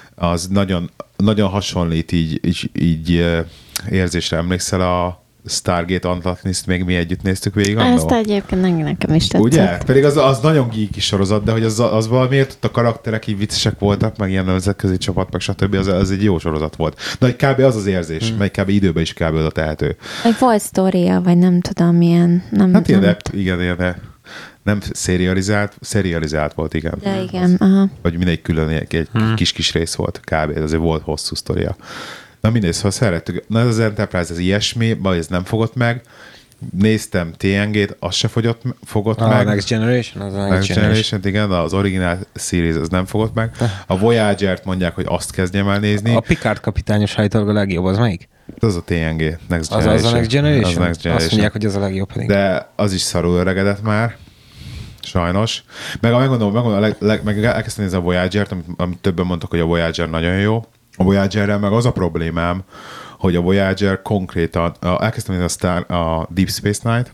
az nagyon, nagyon hasonlít így, így, így érzésre. Emlékszel a Stargate Atlantis-t, még mi együtt néztük végig? Ezt egyébként nekem is tetszett. Ugye? Pedig az, az nagyon geeky sorozat, de hogy az, az valamiért ott a karakterek így viccesek voltak, meg ilyen nemzetközi csapat, meg stb. Az, az egy jó sorozat volt. De hogy kb. Az az érzés, hmm. meg kb. Időben is kb. Oda tehető. Egy volt sztória, vagy nem tudom milyen. Nem, hát nem... ilyen, igen, ilyen, nem szerializált, serializált volt, igen. De igen, aha. Vagy mindegy külön egy hmm. kis-kis rész volt kb. Azért volt hosszú sztoria. Na mindegy, szóval szerettük. Na ez az Enterprise, ez ilyesmi, vagy ez nem fogott meg. Néztem té en gét, az se fogyott, fogott a meg. Next Generation? Az a Next, Next Generation, igen, az original series az nem fogott meg. A Voyager-t mondják, hogy azt kezdjem el nézni. A Picard kapitányos állítólag a legjobb, az melyik? Az a té en gé, Next az Generation. Az a Next Generation? Az Next Generation. Azt mondják, hogy az a legjobb pedig. De az is szarul öregedett már. Sajnos. Meg megmondom, megmondom leg, leg, meg elkezdtem nézni a Voyager-t, amit, amit többen mondtak, hogy a Voyager nagyon jó. A Voyager-rel meg az a problémám, hogy a Voyager konkrétan, a, elkezdtem nézni a, Star, a Deep Space Nine,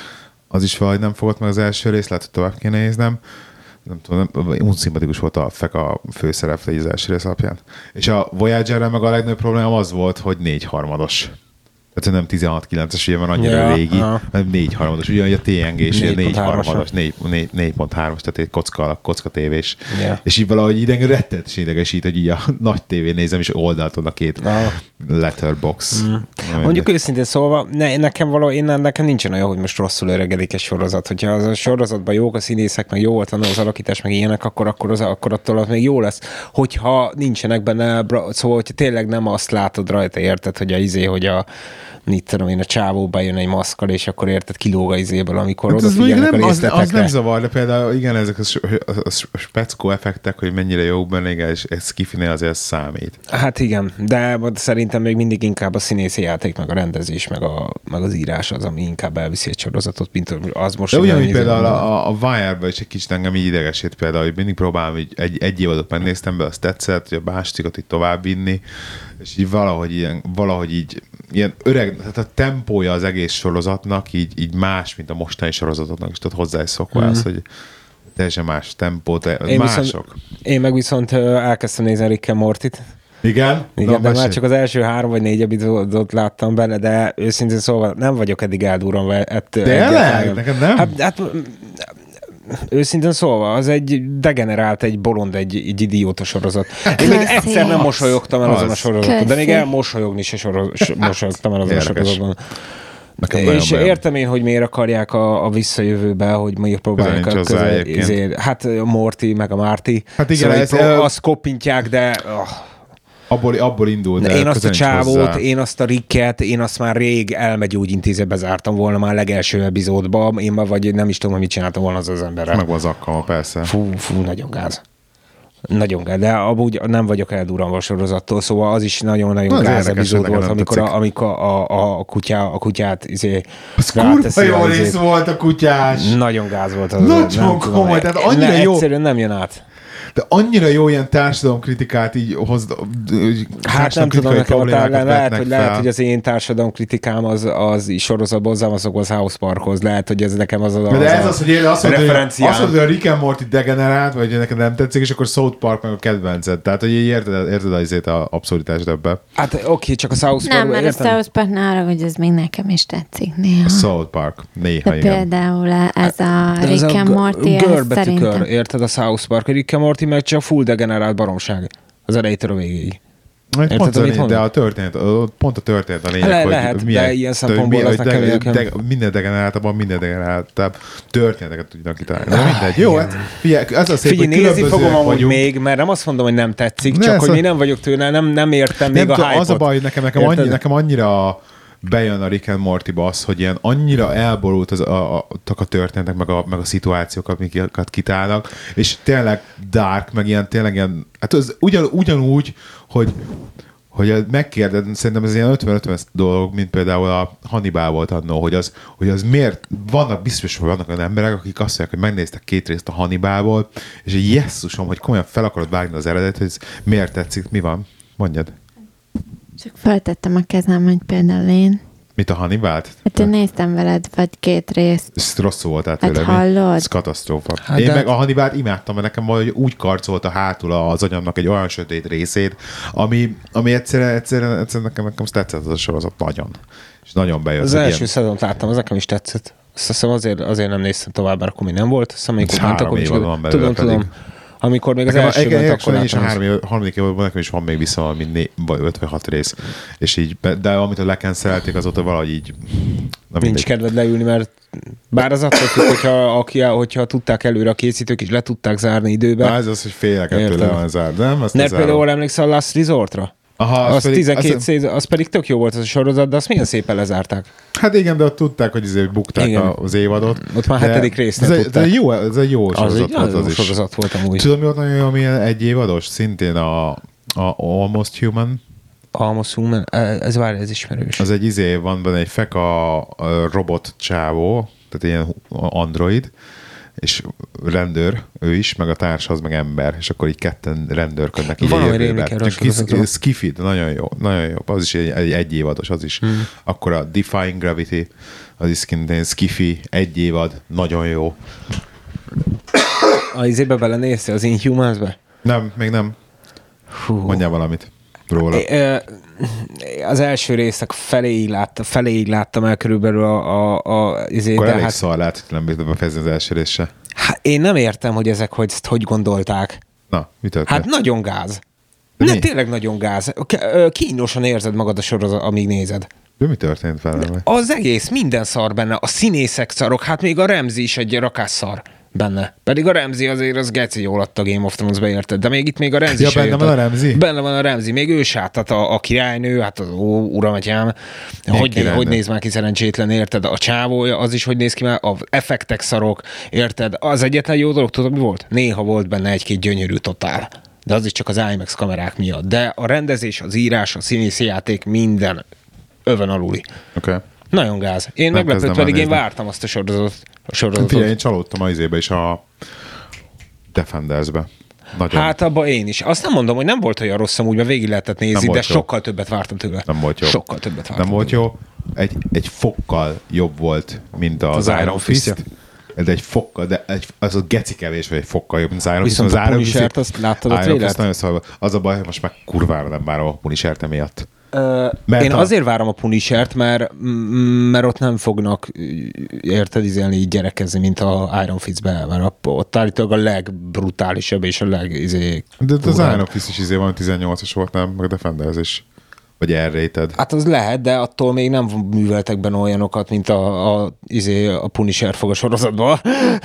az is valahogy nem fogott meg az első rész, lehet, hogy tovább kéne néznem. Nem tudom, úgy szimpatikus volt a Fek a főszerep az első rész alapján. És a Voyager-rel meg a legnagyobb probléma az volt, hogy négyharmados. Tehát nem tizenhat kilences, ugye van annyira ja, régi, aha. hanem négy harmados. Ugyan a té en gé is négy harmados, négy pont hármas, tehát egy kocka, kocka tévés. Yeah. És így valahogy idegen rettet idegesít, hogy így a nagy tévén nézem, és oldalton a két ah. letterbox. Mm. Mondjuk őszintén szólva, ne, nekem való, én nekem nincsen olyan, hogy most rosszul öregedik egy sorozat. Hogyha az a sorozatban jók a színészek, meg jó volt az alakítás, meg ilyenek, akkor, akkor, az, akkor attól az még jó lesz. Hogyha nincsenek benne, szóval hogyha tényleg nem azt látod rajta, érted, hogy a izé, hogy a mit tudom én, a csávó bejön egy maszkkal, és akkor érted, kilóg a izéből, amikor hát odafigyelnek a részletekre. Az, az nem zavar, de például igen, ezek a, a, a speckó effektek, hogy mennyire jók benne, és ez skifinél azért számít. Hát igen, de szerintem még mindig inkább a színészi játék, meg a rendezés, meg, a, meg az írás az, ami inkább elviszi egy sorozatot, mint az most. De ugyanúgy például a, a Wire-ben is egy kicsit engem így idegesít például, hogy mindig próbálom, hogy egy, egy évadot megnéztem be, azt tetszett, hogy a másikat így tovább vinni, és így valahogy, ilyen, valahogy így ilyen öreg, tehát a tempója az egész sorozatnak így, így más, mint a mostani sorozatoknak, és tudod hozzá is szokva mm-hmm. az, hogy teljesen más tempó, te, én mások. Viszont, én meg viszont elkezdtem nézni Rick and Mortyt. Igen? Igen, Na, de már csak az első három vagy négy epizódot láttam benne, de őszintén szóval nem vagyok eddig eldurranva ettől. Tényleg? Nekem nem? Hát, hát őszintén szólva, az egy degenerált, egy bolond, egy, egy idióta sorozat. Én még egyszer nem mosolyogtam el azon a sorozaton, de még elmosolyogni se soroz, mosolyogtam el azon a sorozatban. És értem én, hogy miért akarják a, a visszajövőbe, hogy miért próbálják a közel, ezért, hát a Morty, meg a Marty. Hát igen, szóval ez pró- el... azt koppintják, de... Oh. Abból, abból indult. Én azt a csávót, hozzá. én azt a Ricket, én azt már rég elmegyógyintézetbe zártam volna már legelső epizódban, én már vagy nem is tudom, hogy mit csináltam volna az az emberrel. Meg az akkal, persze. Fú, fú, nagyon gáz. Nagyon gáz, de amúgy nem vagyok eldurranva a sorozattól, szóval az is nagyon-nagyon Na, gáz epizód volt, amikor, a, amikor a, a, a, kutyá, a kutyát izé, az kurva jó rész volt a kutyás. Nagyon gáz volt az. Nagyon komoly, tehát annyira ne, jó. Egyszerűen nem jön át. De annyira jó ilyen társadalomkritikát így hoz... Hát nem tudom, nekem a társadalom, lehet, hogy, lehet, hogy az én társadalomkritikám az, az sorozatban hozzámaszok az House Parkhoz. Lehet, hogy ez nekem az az, az de ez az, hogy én azt mondom, hogy a Rick and Morty degenerált, vagy neked nem tetszik, és akkor South Park meg a kedvenced. Tehát, hogy érted, érted azért a abszurditást ebben. Hát oké, okay, csak a South Park... Nem, mert értem. A South Park nála, hogy ez még nekem is tetszik néha. A South Park, néha, de igen. Például ez a de Rick and Morty, ez szerintem... Érted, a South Park, a Rick and Morty meg csak full degenerált baromság. Az elejétől a végéig. Érted, pont a lényeg, de a történet, pont a történet a lényeg, Le, hogy lehet, milyen, de ilyen szempontból az nekem de, de, de, minden degeneráltabban, minden degeneráltabb történeteket tudnak kitalálni. De mindegy. Jó, hát figyelj, ez a szép, figyelj, nézni fogom amúgy még, mert nem azt mondom, hogy nem tetszik, ne, csak hogy mi nem vagyok tőle, nem, nem értem nem még a hype-ot. Az a baj, hogy nekem, nekem, annyi, nekem annyira bejön a Rick and Morty-ba az, hogy ilyen annyira elborult az a, a, a történetek, meg a, meg a szituációk, amiket kitálnak, és tényleg dark, meg ilyen tényleg ilyen, hát az ugyan, ugyanúgy, hogy hogy megkérdez, szerintem ez ilyen ötven-ötven dolog, mint például a Hannibal volt annó, hogy az, hogy az miért, vannak biztos, hogy vannak olyan emberek, akik azt mondják, hogy megnéztek két részt a Hannibalból, és egy jesszusom, hogy komolyan fel akarod vágni az eredet, hogy ez miért tetszik, mi van? Mondjad. Csak feltettem a kezem, hogy például én. Mit, a Hannibalt? Hát én néztem veled, vagy két részt. Ez rosszul voltál tőle. Hát hallod? Ez katasztrófa. Hát én de... meg a Hannibalt imádtam, mert nekem valahogy úgy karcolta hátul az agyamnak egy olyan sötét részét, ami, ami egyszerűen, egyszerűen, egyszerűen nekem, nekem tetszett az a sorozat nagyon. És nagyon bejött. Az első ilyen... szezont láttam, az nekem is tetszett. Azt hiszem azért, azért nem néztem tovább, mert akkor még nem volt. Azt hiszem, amikor mentek, hogy tudom, tudom. Amikor még az első ment, akkor láttam. A harmadik évadban nekem is van még vissza valami né, vagy ötvenhat rész. És így, de amit a lekenszerelték, azóta valahogy így... Nincs mindegy. Kedved leülni, mert bár az attól függ, hogyha, aki, hogyha tudták előre a készítők, és le tudták zárni időben. Na, ez az, hogy félek ettől le van zár, nem? Mert például emlékszel a Last Resortra? Aha, az, az, pedig, tizenkét az, széz, az pedig tök jó volt az a sorozat, de azt milyen szépen lezárták. Hát igen, de ott tudták, hogy azért bukták igen. az évadot. Ott már hetedik résznél tudták. De jó, ez egy jó sorozat az volt az is. sorozat volt amúgy. Tudom, mi volt nagyon jó, ami egy évados? Szintén a, a Almost Human. Almost Human? Ez várj, ez ismerős. Az egy izé, van benne egy feka robot csávó, tehát ilyen android, és rendőr, ő is, meg a társa az meg ember, és akkor így ketten rendőrködnek így a jövőben. Skiffy, nagyon jó, nagyon jó. Az is egy, egy, egy évados, az is. Hmm. Akkor a Defying Gravity, az is szintén Skiffy, egy évad, nagyon jó. A izébe belenéztél, az Inhumans-be? Nem, még nem. Hú. Mondjál valamit róla. Az első részek feléig láttam, feléig láttam el körülbelül a... a, a izé, akkor elég hát, szar lehet, hogy nem bírtam befejezni az első részse. Hát én nem értem, hogy ezek hogy, ezt hogy gondolták. Na, mi történt? Hát nagyon gáz. Ne, tényleg nagyon gáz. Kínosan érzed magad a sorozat, amíg nézed. De mi történt velem? Az egész, minden szar benne. A színészek szarok, hát még a Ramsey is egy rakás szar. benne. Pedig a Ramsey azért az geci jól adta Game of Thrones-be, érted? De még itt még a Ramsey Ja, se benne van a Ramsey? Benne van a Ramsey. Még ő se, tehát a, a királynő, hát az ó, uram, atyám, hogy, királynő? hogy néz már ki szerencsétlen, érted? A csávója, az is, hogy néz ki már, az effektek szarok, érted? Az egyetlen jó dolog, tudod, mi volt? Néha volt benne egy-két gyönyörű totál. De az is csak az IMAX kamerák miatt. De a rendezés, az írás, a színészi játék, minden övön aluli. Oké. Okay. Nagyon gáz. Én meglepett, pedig én vártam azt a sorozatot. A sorozatot. Figyelj, én csalódtam az izébe is a Defenders-be. Nagyon. Hát abban én is. Azt nem mondom, hogy nem volt olyan rossz, amúgy, mert végig lehetett nézni, de jó. Sokkal többet vártam tőle. Nem volt jó. Sokkal többet vártam. Nem volt jó. Egy, egy fokkal jobb volt, mint az, az Iron Fist. Fist. De egy fokkal, de egy, az a geci kevés, vagy egy fokkal jobb, mint az Iron Fist. Viszont az a Punishert, azt láttad a trélert? Nagyon szar. Az a baj, most már kurvára nem várom a Punishert emiatt. Uh, én a... azért várom a Punishert, mert, mert ott nem fognak érted izélni így gyerekezni, mint a Iron Fist-be, mert ott állítólag a legbrutálisabb és a leg izé, de az Iron Fist is izé van, tizennyolcas volt, nem? Meg a Defenders is. Vagy R-rated. Hát az lehet, de attól még nem műveltek benne olyanokat, mint a, a, izé, a Punisher fog a sorozatban.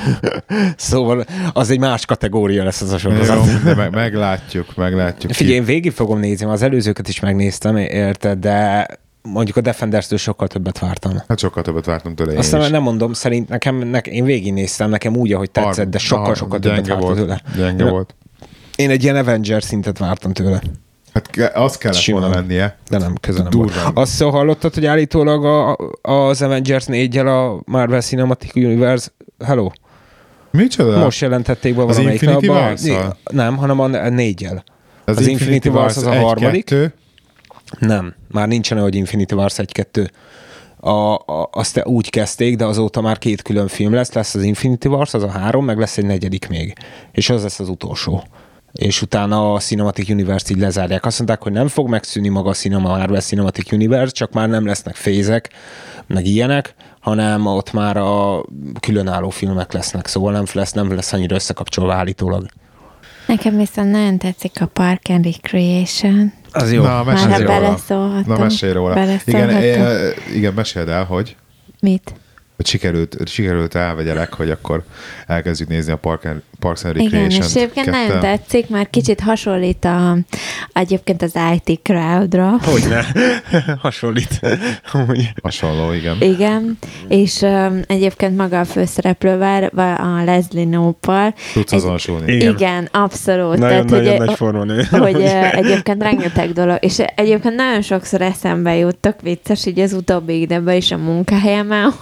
Szóval az egy más kategória lesz az a sorozat. Jó, de meg, meglátjuk, meglátjuk. Figyelj, én végig fogom nézni, az előzőket is megnéztem, érted, de mondjuk a Defenders-től sokkal többet vártam. Hát sokkal többet vártam tőle. Aztán nem mondom, szerint nekem, nekem én végignéztem, nekem úgy, ahogy tetszett, de sokkal-sokkal többet vártam volt, tőle. Gyenge volt. Én egy ilyen Avengers szintet vártam tőle. Hát az kellett Simán. volna lennie. De nem, közel nem volt. Azt szóval hallottad, hogy állítólag a, az Avengers négyel a Marvel Cinematic Universe, hello? Micsoda? Most jelentették be az valamelyik. Infinity Wars-szal? Nem, hanem a négyel. Az, az Infinity, Infinity Wars az a harmadik. Kettő? Nem, már nincsen, hogy Infinity Wars egy kettő. A, a, azt úgy kezdték, de azóta már két külön film lesz. Lesz az Infinity Wars, az a három, meg lesz egy negyedik még. És az lesz az utolsó. És utána a Cinematic Universe-t így lezárják. Azt mondták, hogy nem fog megszűnni maga a Cinema Marvel Cinematic Universe, csak már nem lesznek fézek, meg ilyenek, hanem ott már a különálló filmek lesznek, szóval nem lesz, nem lesz annyira összekapcsolva állítólag. Nekem viszont nagyon tetszik a Park and Recreation. Az jó. Na, mesélj róla. Na, mesélj róla. Igen, igen, meséld el, hogy... Mit? Hogy sikerült, sikerült elvegyelek, hogy akkor elkezdjük nézni a Park and, Parks and Recreation-t. Igen, és egyébként nagyon tetszik, mert kicsit hasonlít a, egyébként az i té Crowdra. Hogyne, hasonlít. Hasonló, igen. Igen, és um, egyébként maga a főszereplővel, a Leslie Knope-pal. Tudsz azonosulni. Igen. Igen, abszolút. Nagyon, Tehát, nagyon hogy, nagy formanő. Hogy egyébként rengeteg dolog, és egyébként nagyon sokszor eszembe juttak vicces, így az utóbbi időben is a munkahelyemen,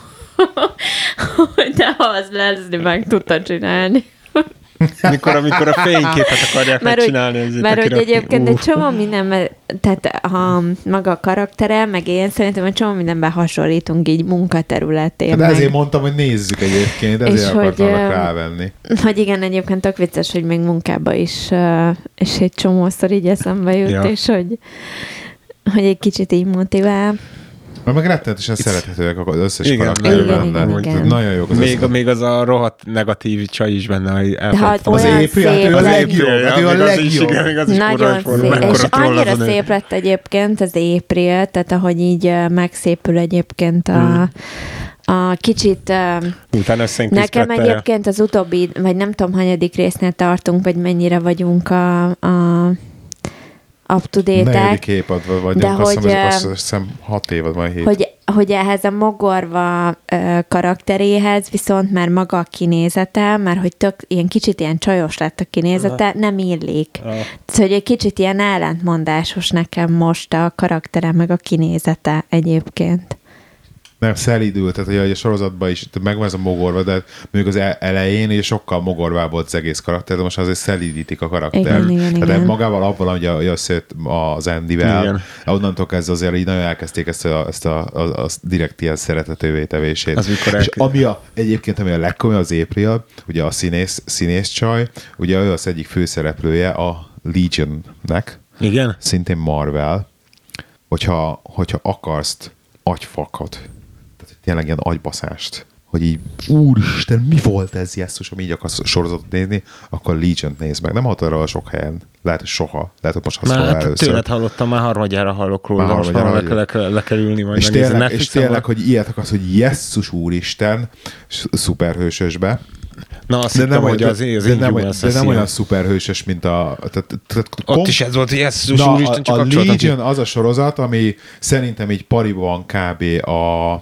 de ha az Leslie meg tudta csinálni. Mikor, amikor a fényképet akarják mert megcsinálni. Mert, mert hogy egyébként egy csomó minden, tehát ha maga a karaktere, meg én szerintem egy csomó mindenben hasonlítunk így munkaterületén. De ezért mondtam, hogy nézzük egyébként, ezért akartalak rávenni. Hogy igen, egyébként tök vicces, hogy még munkába is, és egy csomószor így eszembe jut, ja. És hogy, hogy egy kicsit így motivál. Mert meg rettenetesen szerethetőek az összes igen, karakter igen, benne. Igen, igen. Nagyon jók az még, összes. még az a rohadt negatív csaj is benne. De hát az April, ő a legjobb. Ő a legjobb. Nagyon szép. És annyira szép lett egyébként az April, tehát ahogy így megszépül egyébként a... Hmm. A kicsit... Utána nekem egyébként az utóbbi, vagy nem tudom, hanyadik résznél tartunk, vagy mennyire vagyunk a... a up-to-date-ek. Negyedik évad vagy, de nem, hogy, azt hiszem hat évad, vagy hét. Hogy, hogy ehhez a mogorva uh, karakteréhez viszont már maga a kinézete, mert hogy tök, ilyen kicsit ilyen csajos lett a kinézete, uh-huh. nem illik. Uh-huh. Szóval, hogy egy kicsit ilyen ellentmondásos nekem most a karaktere, meg a kinézete egyébként. Nem, szelídült, tehát hogy a sorozatban is megvan ez a mogorva, de mondjuk az elején és sokkal mogorvább volt az egész karakter, de most azért szelídítik a karaktert. Igen, igen, tehát igen. magával abban, hogy összejött az Andyvel, onnantól kezdve azért így nagyon elkezdték ezt a, ezt a, a, a direkt ilyen szeretetővé tevését. Az mikor és ami a, egyébként, ami a legkomolyabb az April, ugye a színész, színész csaj, ugye ő az egyik főszereplője a Legionnek. Igen. Szintén Marvel. Hogyha, hogyha akarsz agyfakot, tényleg ilyen agybaszást, hogy így, úristen, mi volt ez, jesszus, ami így akarsz sorozatot nézni, akkor Legion-t nézd meg. Nem hallott arra sok helyen. Lehet, hogy soha. Lehet, hogy most használom hát, először. Tőled hallottam, már harmadjára hallok róla, már most már le, le, le kell ülni, majd és tényleg, és tényleg hogy ilyet akarsz, hogy jesszus úristen, szuperhősösbe, Na, azt de hittem, nem, hogy de, az, az de, nem, de nem olyan az szuperhősös, mint a... Tehát, tehát, ott kom- is ez volt, hogy ez Na, úristen, csak a, a kapcsoltam ki. Legion az a sorozat, ami szerintem így pariban van kb. a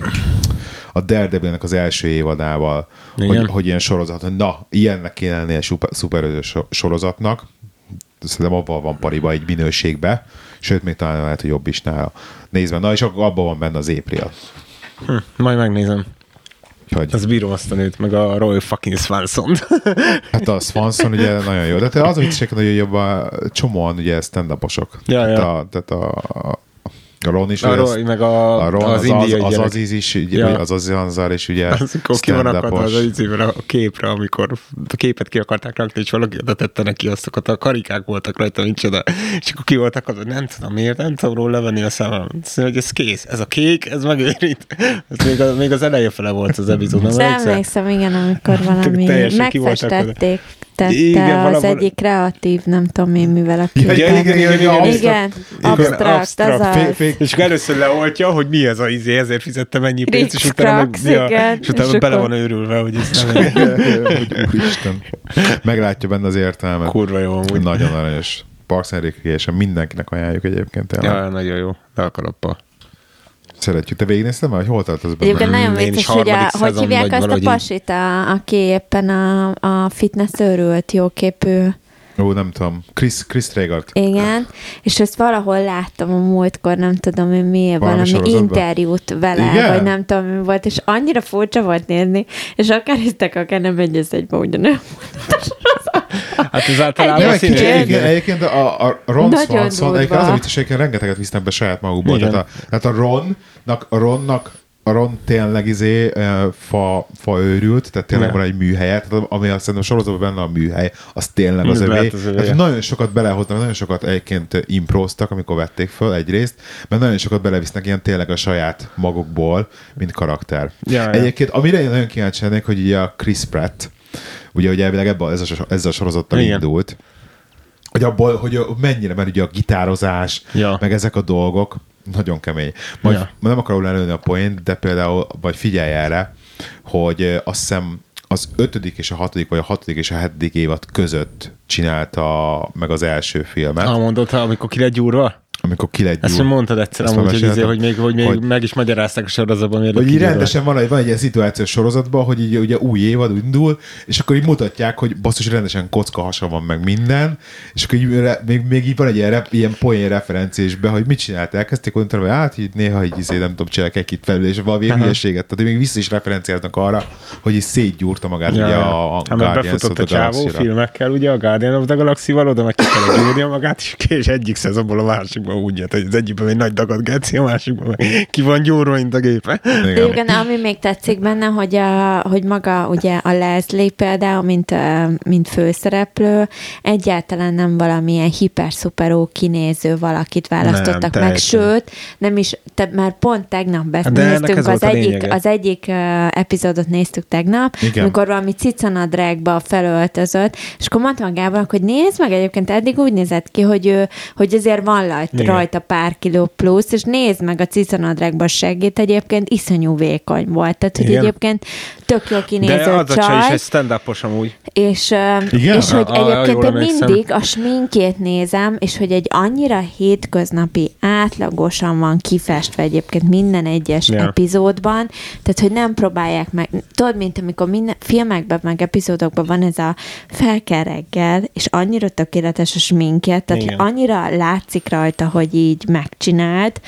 a Daredevilnek az első évadával, hogy, hogy ilyen sorozat, hogy na, ilyennek kéne lennie egy szuper, szuperhős sorozatnak. Szerintem abban van pariba egy minőségbe, sőt, még talán lehet, hogy jobb is nála. Nézd meg, na és akkor abban van benne az April. Hm, majd megnézem. Hogy? Az bírom azt a nőt, meg a Roy fucking Swanson. Hát a Swanson ugye nagyon jó, de te az a vicces, hogy jobb a csomóan ugye stand-uposok. Ja, tehát, ja. A, tehát a, a Ron is, a Roy, meg a, a Ron, az, az, indiai az, gyerek. az Aziz is, ugye, Ja. az Azanzar és ugye Amikor ki van akadva az a izével a képre, amikor a képet ki akarták rakni, és valaki oda tette neki azokat a karikák voltak rajta, micsoda. És akkor ki voltak az, hogy nem tudom miért, nem tudom róla levenni a számom. Azt mondja, hogy ez kész, ez a kék, ez megőrít. Ez még, a, még az eleje fele volt az epizód, nem emlékszel? Emlékszem, igen, amikor valami Teljesen ki voltak megfestették. Tette Igen, az valahol- egyik kreatív, nem tudom én mivel a Ja, képet. igen, igen, igen, igen, Igen, absztrakt, absztrakt, az fél- az. fél- És akkor először leoltja, hogy mi ez a izé, ezért fizettem ennyi pénzt, és Rick utána, meg, Frax, igen, és utána és bele akkor- van őrülve, hogy ez nem hogy úristen. Meglátja benne az értelmet. kurva jó amúgy. Nagyon aranyos. Parks and Recreation mindenkinek ajánljuk egyébként. Tényleg. Ja, nagyon jó, de a kalappal. Szeretjük. Te végignéztem már, hogy hol tartasz benne? Egyébként nagyon Én is vicces, hogy, a, harmadik hogy szezon hívják vagy azt a valahogy így. pasit, a, aki éppen a, a fitness őrült, jóképű. Ó, nem tudom. Chris, Chris Traeger. Igen, és ezt valahol láttam a múltkor, nem tudom én miért, Valami valami, sorozatban? interjút vele, Igen? vagy nem tudom mi volt, és annyira furcsa volt nézni, és akár hisztek, akár nem egy az egybe ugyanő. Hát ez általában Nem, a egy kicsit, színes. egyébként, egyébként a, a Ron Nagyon Swanson, durva. egyébként az a vicces, hogy rengeteget visznek be saját magukból. Igen. Tehát a, tehát a Ronnak, a Ronnak a Ron tényleg izé, eh, fa, fa őrült, tehát tényleg Igen. van egy műhelye, tehát ami azt szerintem a sorozatban benne a műhely, az tényleg az Ez övé. lehet az övé. Tehát nagyon sokat belehoznak, nagyon sokat egyébként improztak, amikor vették föl egyrészt, mert nagyon sokat belevisznek ilyen tényleg a saját magukból, mint karakter. Ja, ja. Egyébként, amire én nagyon kíváncsi lennék, hogy ugye a Chris Pratt, ugye, hogy elvileg ebben ez a, ez a sorozattal Igen. indult, hogy abból, hogy mennyire, mert ugye a gitározás, Ja. meg ezek a dolgok, nagyon kemény. Majd Ja. nem akarom lelőni a point, de például, vagy figyelj erre, hogy eh, azt hiszem az ötödik és a hatodik, vagy a hatodik és a hetedik évad között csinálta meg az első filmet, Ah, mondod, amikor ki lett gyúrva? amikor ki lett Ezt gyúr- már mondtad egyszer Ezt amúgy, már hogy, izé, meséltem. hogy, még, hogy még Hogy- meg is magyarázták a sorozatban, miért lett Hogy így kigyúrva. rendesen van egy, van egy ilyen szituációs sorozatban, hogy így ugye új évad indul, és akkor így mutatják, hogy basszus rendesen kocka hasa van meg minden, és akkor így, re- még, még így van egy ilyen, rep, ilyen poén referenciésbe, hogy mit csinált, elkezdték mondani, hogy hát így néha így izé, nem tudom, csinálják egy kit felül, és valami Aha. hülyeséget. Tehát még vissza is referenciáznak arra, hogy így szétgyúrta magát Ja, ugye ja. a, a Hát mert Guardians of befutott a the csávó Galaxy-ra. filmekkel, ugye a Guardian of the Galaxy-val, oda meg ki kellett gyúrnia magát, és, és egyik szezonból a másikban úgy jött, hogy az egyikben egy nagy dagad geci, a másikban meg ki van gyúrva, mint a gépe. Igen. Igen, ami még tetszik benne, hogy, a, hogy maga ugye a Leslie például, mint, ö, mint főszereplő, egyáltalán nem valamilyen hiper-szuperó kinéző valakit választottak Nem, meg, teljesen. sőt, nem is, te, már pont tegnap De ennek ez néztünk, az volt a egyik, lényege. az egyik uh, epizódot néztük tegnap, Igen. amikor valami cicanadrágba felöltözött, és akkor mondtam Gábornak, hogy nézd meg, egyébként eddig úgy nézett ki, hogy, ő, hogy azért van rajta, Igen. rajta pár kiló plusz, és nézd meg a cicanadrágban seggét, egyébként iszonyú vékony volt, tehát hogy Igen. egyébként tök jó De kinéző az a csaj is csaj, egy stand-upos amúgy. és, ö, Igen? és hogy Ah, ah, egyébként jól én emlékszem. mindig a sminkét nézem, és hogy egy annyira hétköznapi, átlagosan van kifestve egyébként minden egyes Ja. epizódban, tehát hogy nem próbálják meg, tudod, mint amikor minden filmekben, meg epizódokban van ez a fel kell reggel, és annyira tökéletes a sminkje, tehát Igen. annyira látszik rajta, hogy így megcsinált,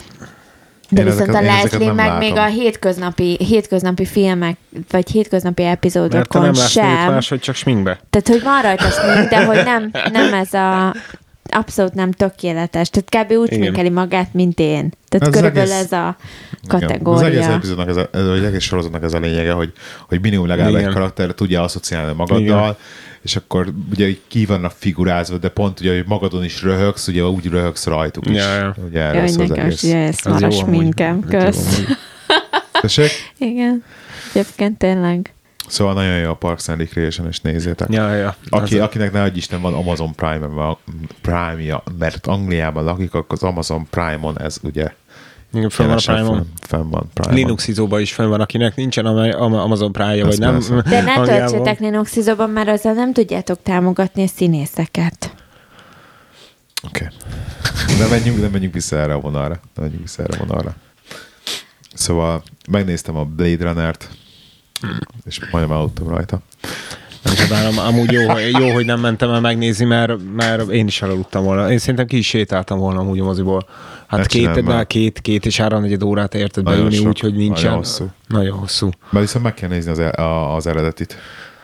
de Én viszont ezeket- a én ezeket Leslie nem meg látom. még a hétköznapi, hétköznapi filmek, vagy hétköznapi Mert te epizódokon nem látsz sem. még máshogy, csak sminkbe. Tehát, hogy van rajta smink, de hogy nem, nem ez a abszolút nem tökéletes. Tehát kb. Úgy Igen. sminkeli magát, mint én. Tehát Ez körülbelül egész- ez a Igen. kategória. Az egész epizódnak, ez a, ez, az egész sorozatnak ez a lényege, hogy, hogy minimum legalább Igen. egy karakter tudja asszociálni magaddal, Igen. és akkor ugye így ki vannak figurázva, de pont ugye, hogy magadon is röhögsz, ugye úgy röhögsz rajtuk is. Ja, ja. Ugye erről Jaj, szól az nekem is egész. ugye ez Az van a jó amúgy. sminkem. Ez jó Kösz. amúgy. Tessék? Igen. Egyébként tényleg. Szóval nagyon jó a Parks and Recreation, és nézzétek. Ja, ja. Aki, Az- akinek ne adj Isten van Amazon Prime-ja, Prime-ja, mert Angliában lakik, akkor az Amazon Prime-on ez ugye Igen, fenn van a Prime-on. Fenn van Prime-on. Linuxizóban is fenn van, akinek nincsen Amazon Prime-ja, vagy nem. De ne töltsétek Linuxizóban, mert azzal nem tudjátok támogatni a színészeket. Oké. Okay. De menjünk, de menjünk vissza erre a vonalra. De menjünk vissza erre a vonalra. Szóval megnéztem a Blade Runnert, és majdnem aludtam rajta. Nem csodálom, amúgy jó, jó, hogy nem mentem el megnézni, mert, mert én is elaludtam volna. Én szerintem ki is sétáltam volna amúgy a moziból. Hát két, de két, két és háromnegyed órát érted beülni, úgyhogy nincsen. Nagyon hosszú. Nagyon hosszú. Mert viszont meg kell nézni az, a, az eredetit.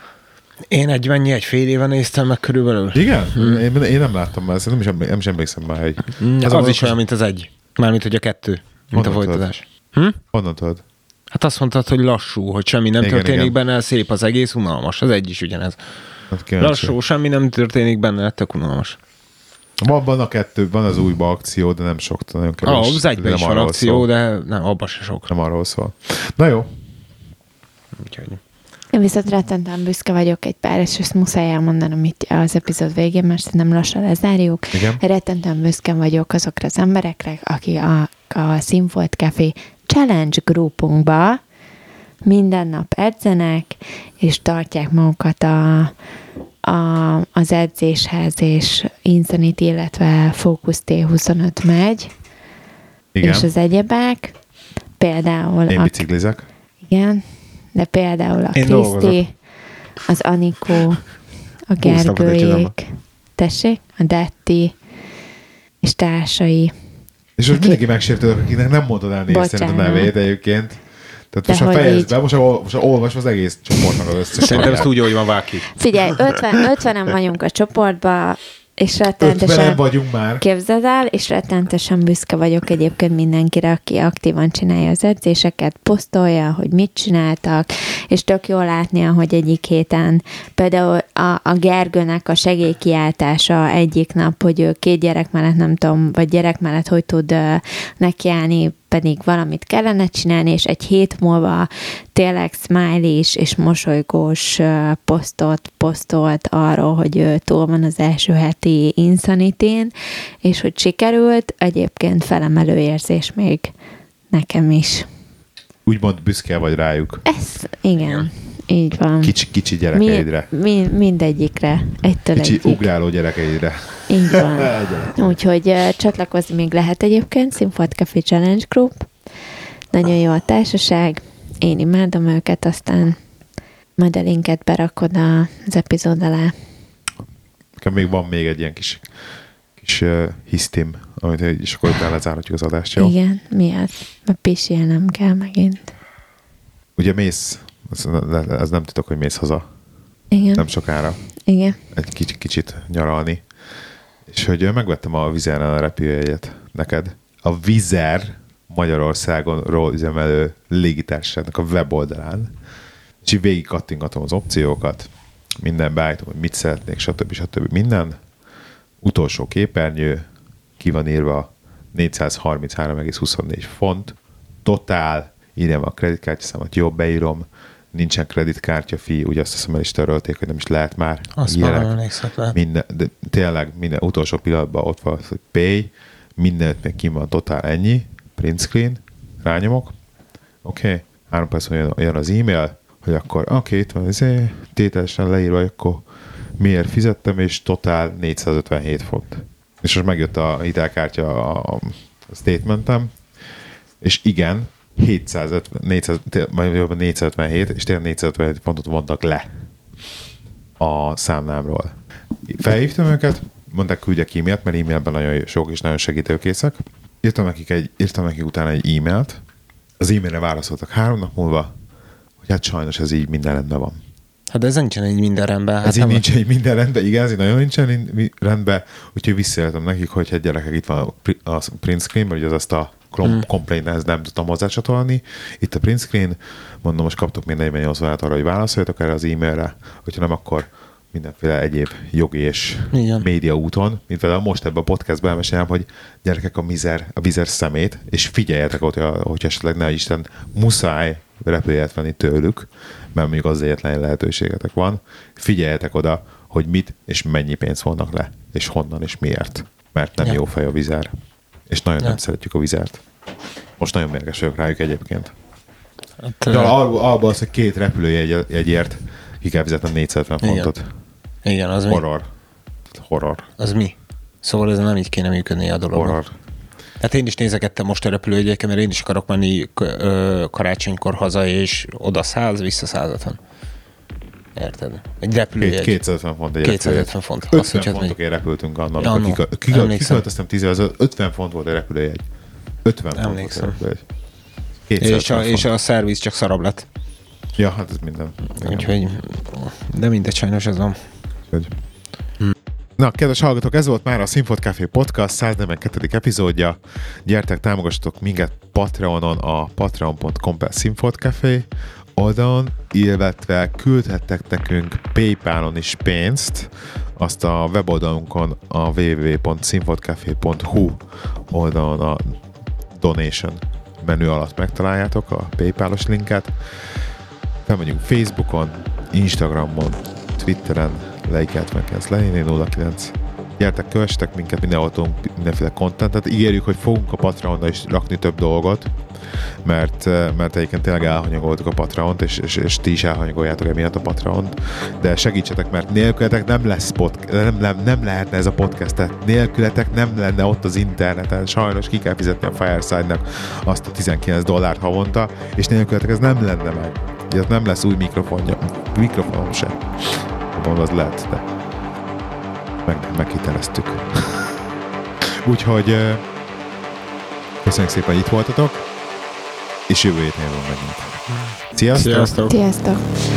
Én egy mennyi, egy fél éve néztem meg körülbelül. Igen? Hmm. Én, én nem láttam már, nem is, nem is emlékszem már, hogy... Az, az is olyan, mint az egy. Mármint, hogy a kettő. Mint honnan a folytatás. Hm? Honnan tudod? Hát azt mondtad, hogy lassú, hogy semmi nem igen, történik igen. benne, szép az egész, unalmas. Az egy is ugyanez. Hát lassú, semmi nem történik benne, tök unalmas. Van, van a kettő, van az újba akció, de nem sok, nagyon kevés. Ah, az egyben is van akció, szól. De nem, abban se sok. Nem arról szól. Na jó. Úgyhogy... Én viszont rettentően büszke vagyok egy pár, és ezt muszáj elmondanom itt az epizód végén, mert szerintem lassan lezárjuk. Igen. Rettentően büszke vagyok azokra az emberekre, akik a, a Színfolt Café Challenge grupunkba minden nap edzenek, és tartják magukat a, a, az edzéshez, és Insanity, illetve Focus té huszonöt megy, igen. És az egyebek. Például... Én biciklizek. Igen. De például a Kriszti, az Anikó, a Gergőjék, tessék, a Detti, és társai. És most mindenki megsértődök, akinek nem mondod el nézni a nevét egyébként. Tehát most a fejezd be, most, most olvasva az egész csoportnak az összes. Szerintem ezt úgy, hogy van váki. Figyelj, ötvenen vagyunk a csoportban, és rettentesen vagyunk már. Képzeld el, és rettentesen büszke vagyok egyébként mindenkire, aki aktívan csinálja az edzéseket, posztolja, hogy mit csináltak, és tök jól látni, hogy egyik héten például a, a Gergőnek a segélykiáltása egyik nap, hogy ő két gyerek mellett nem tudom, vagy gyerek mellett hogy tud uh, nekiállni, pedig valamit kellene csinálni, és egy hét múlva tényleg smiley-s és mosolygós posztot posztolt arról, hogy ő túl van az első heti Insanity-n, és hogy sikerült, egyébként felemelő érzés még nekem is. Úgymond büszke vagy rájuk. Ez, igen. Így van. Kicsi, kicsi gyerekeidre. Mi, mi, mindegyikre. Egytől kicsi egyik. ugráló gyerekeidre. Így van. Úgyhogy uh, csatlakozni még lehet egyébként. Színfolt Café Challenge Group. Nagyon jó a társaság. Én imádom őket, aztán majd a linket berakod az epizód alá. Nekem még van még egy ilyen kis, kis uh, hisztim, amit és akkor utána lezárhatjuk az adást, jó? Igen, miért? Mert pisilnem kell megint. Ugye mész, ez, ez nem titok, hogy mész haza. Igen. Nem sokára. Igen. Egy kicsit, kicsit nyaralni. És hogy megvettem a Vizeren a repülőjegyet neked. A Vizer Magyarországonról üzemelő légitársaságnak a weboldalán. És így végig kattingatom az opciókat, minden beállítom, hogy mit szeretnék, stb. stb. Minden. Utolsó képernyő, ki van írva négyszázharminchárom egész huszonnégy font, totál, írjam a kreditkártyaszámot, jó, beírom, nincsen kreditkártya fi, ugye azt hiszem el is törölték, hogy nem is lehet már. Azt már nem emlékszek le. Minden, de tényleg minden utolsó pillanatban ott van, hogy pay, mindenütt még kim van, totál ennyi, print screen, rányomok, oké, okay. három perc jön, jön az e-mail, hogy akkor oké, okay, itt van azért tételesen leírva, hogy akkor miért fizettem, és totál négyszázötvenhét font. És most megjött a hitelkártya a, a statementem, és igen, hétszázötven, négyszáz, négyszázötvenhét, és tényleg négyszázötvenhét fontot vontak le a számlámról. Felhívtam őket, mondták, küldjek e-mailt, mert e-mailben nagyon sok és nagyon segítőkészek. Írtam nekik, egy, írtam nekik utána egy e-mailt, az e-mailre válaszoltak három nap múlva, hogy hát sajnos ez így minden rendben van. Hát ez nincsen így minden rendben. Hát ez így nincsen így minden rendben, igen, ez így nagyon nincsen rendben, úgyhogy visszaéltem nekik, hogy hát gyerekek, itt van a print screen, mert ugye az azt a mm. complaint-hez nem tudtam hozzácsatolni. Itt a print screen, mondom, most kaptok még negyvennyolc órát arra, hogy válaszoljatok erre az e-mailre, hogyha nem, akkor mindenféle egyéb jogi és igen. média úton, mint például most ebben a podcastben elmesélem, hogy gyerekek a Vizer, a Vizer szemét, és figyeljetek ott, hogy esetleg ne Isten muszáj repülőjegyet venni tőlük, mert mondjuk az egyetlen lehetőségetek van. Figyeljetek oda, hogy mit és mennyi pénzt vonnak le, és honnan és miért. Mert nem ja. jó fej a Vizer. És nagyon Ja. nem szeretjük a vizert. Most nagyon mérges vagyok rájuk egyébként. Hát, De alba az, hogy két repülőjegyért ki kell fizetnem négyszázötven fontot. Igen, az Horror. mi? Horror. Az mi? Szóval ez nem így kéne működni a dolognak. Horror. Hát én is nézegettem most a repülőjegyeket, mert én is akarok menni ö, karácsonykor haza, és oda száz, vissza százatan. Érted? Egy repülőjegy. kétszázötven font egy kétszázötven font. ötven Azt, hogy hát fontokért repültünk annak, Annó. amikor kiköltöztem tíz éve, az ötven font volt egy repülőjegy. ötven font volt egy Emlékszem. repülőjegy. És a, és a szerviz csak szarabb lett. Ja, hát ez minden. Igen. Úgyhogy, de mindegy, sajnos ez van. Hogy. Na, kedves hallgatók, ez volt már a Színfolt Café Podcast száznegyvenkettedik epizódja. Gyertek, támogassatok minket Patreonon a patreon pont com per Színfolt Café oldalon, illetve küldhettek nekünk PayPal-on is pénzt, azt a weboldalunkon a double-u double-u double-u pont színfoltcafé pont hu oldalon a donation menü alatt megtaláljátok a PayPal-os linket. Fel vagyunk Facebookon, Instagramon, Twitteren, Leikelt meg kezd lenni, nulla kilenc. Gyertek, kövessetek minket, mindenhol tudunk mindenféle contentet. Ígérjük, hogy fogunk a Patreonra is rakni több dolgot, mert, mert egyébként tényleg elhanyagoltuk a Patreont, és, és, és ti is elhanyagoljátok emiatt a Patreont, de segítsetek, mert nélkületek nem lesz podcast, nem, nem, nem lehetne ez a podcast, tehát nélkületek nem lenne ott az interneten, sajnos ki kell fizetni a Fireside-nak azt a tizenkilenc dollárt havonta, és nélkületek ez nem lenne meg. Így nem lesz új mikrofonja, mikrofonom se. Mondom, az lehet, de meg, meghiteleztük. Úgyhogy köszönjük szépen, hogy itt voltatok, és jövő héten jövünk megint. Sziasztok! Sziasztok! Sziasztok!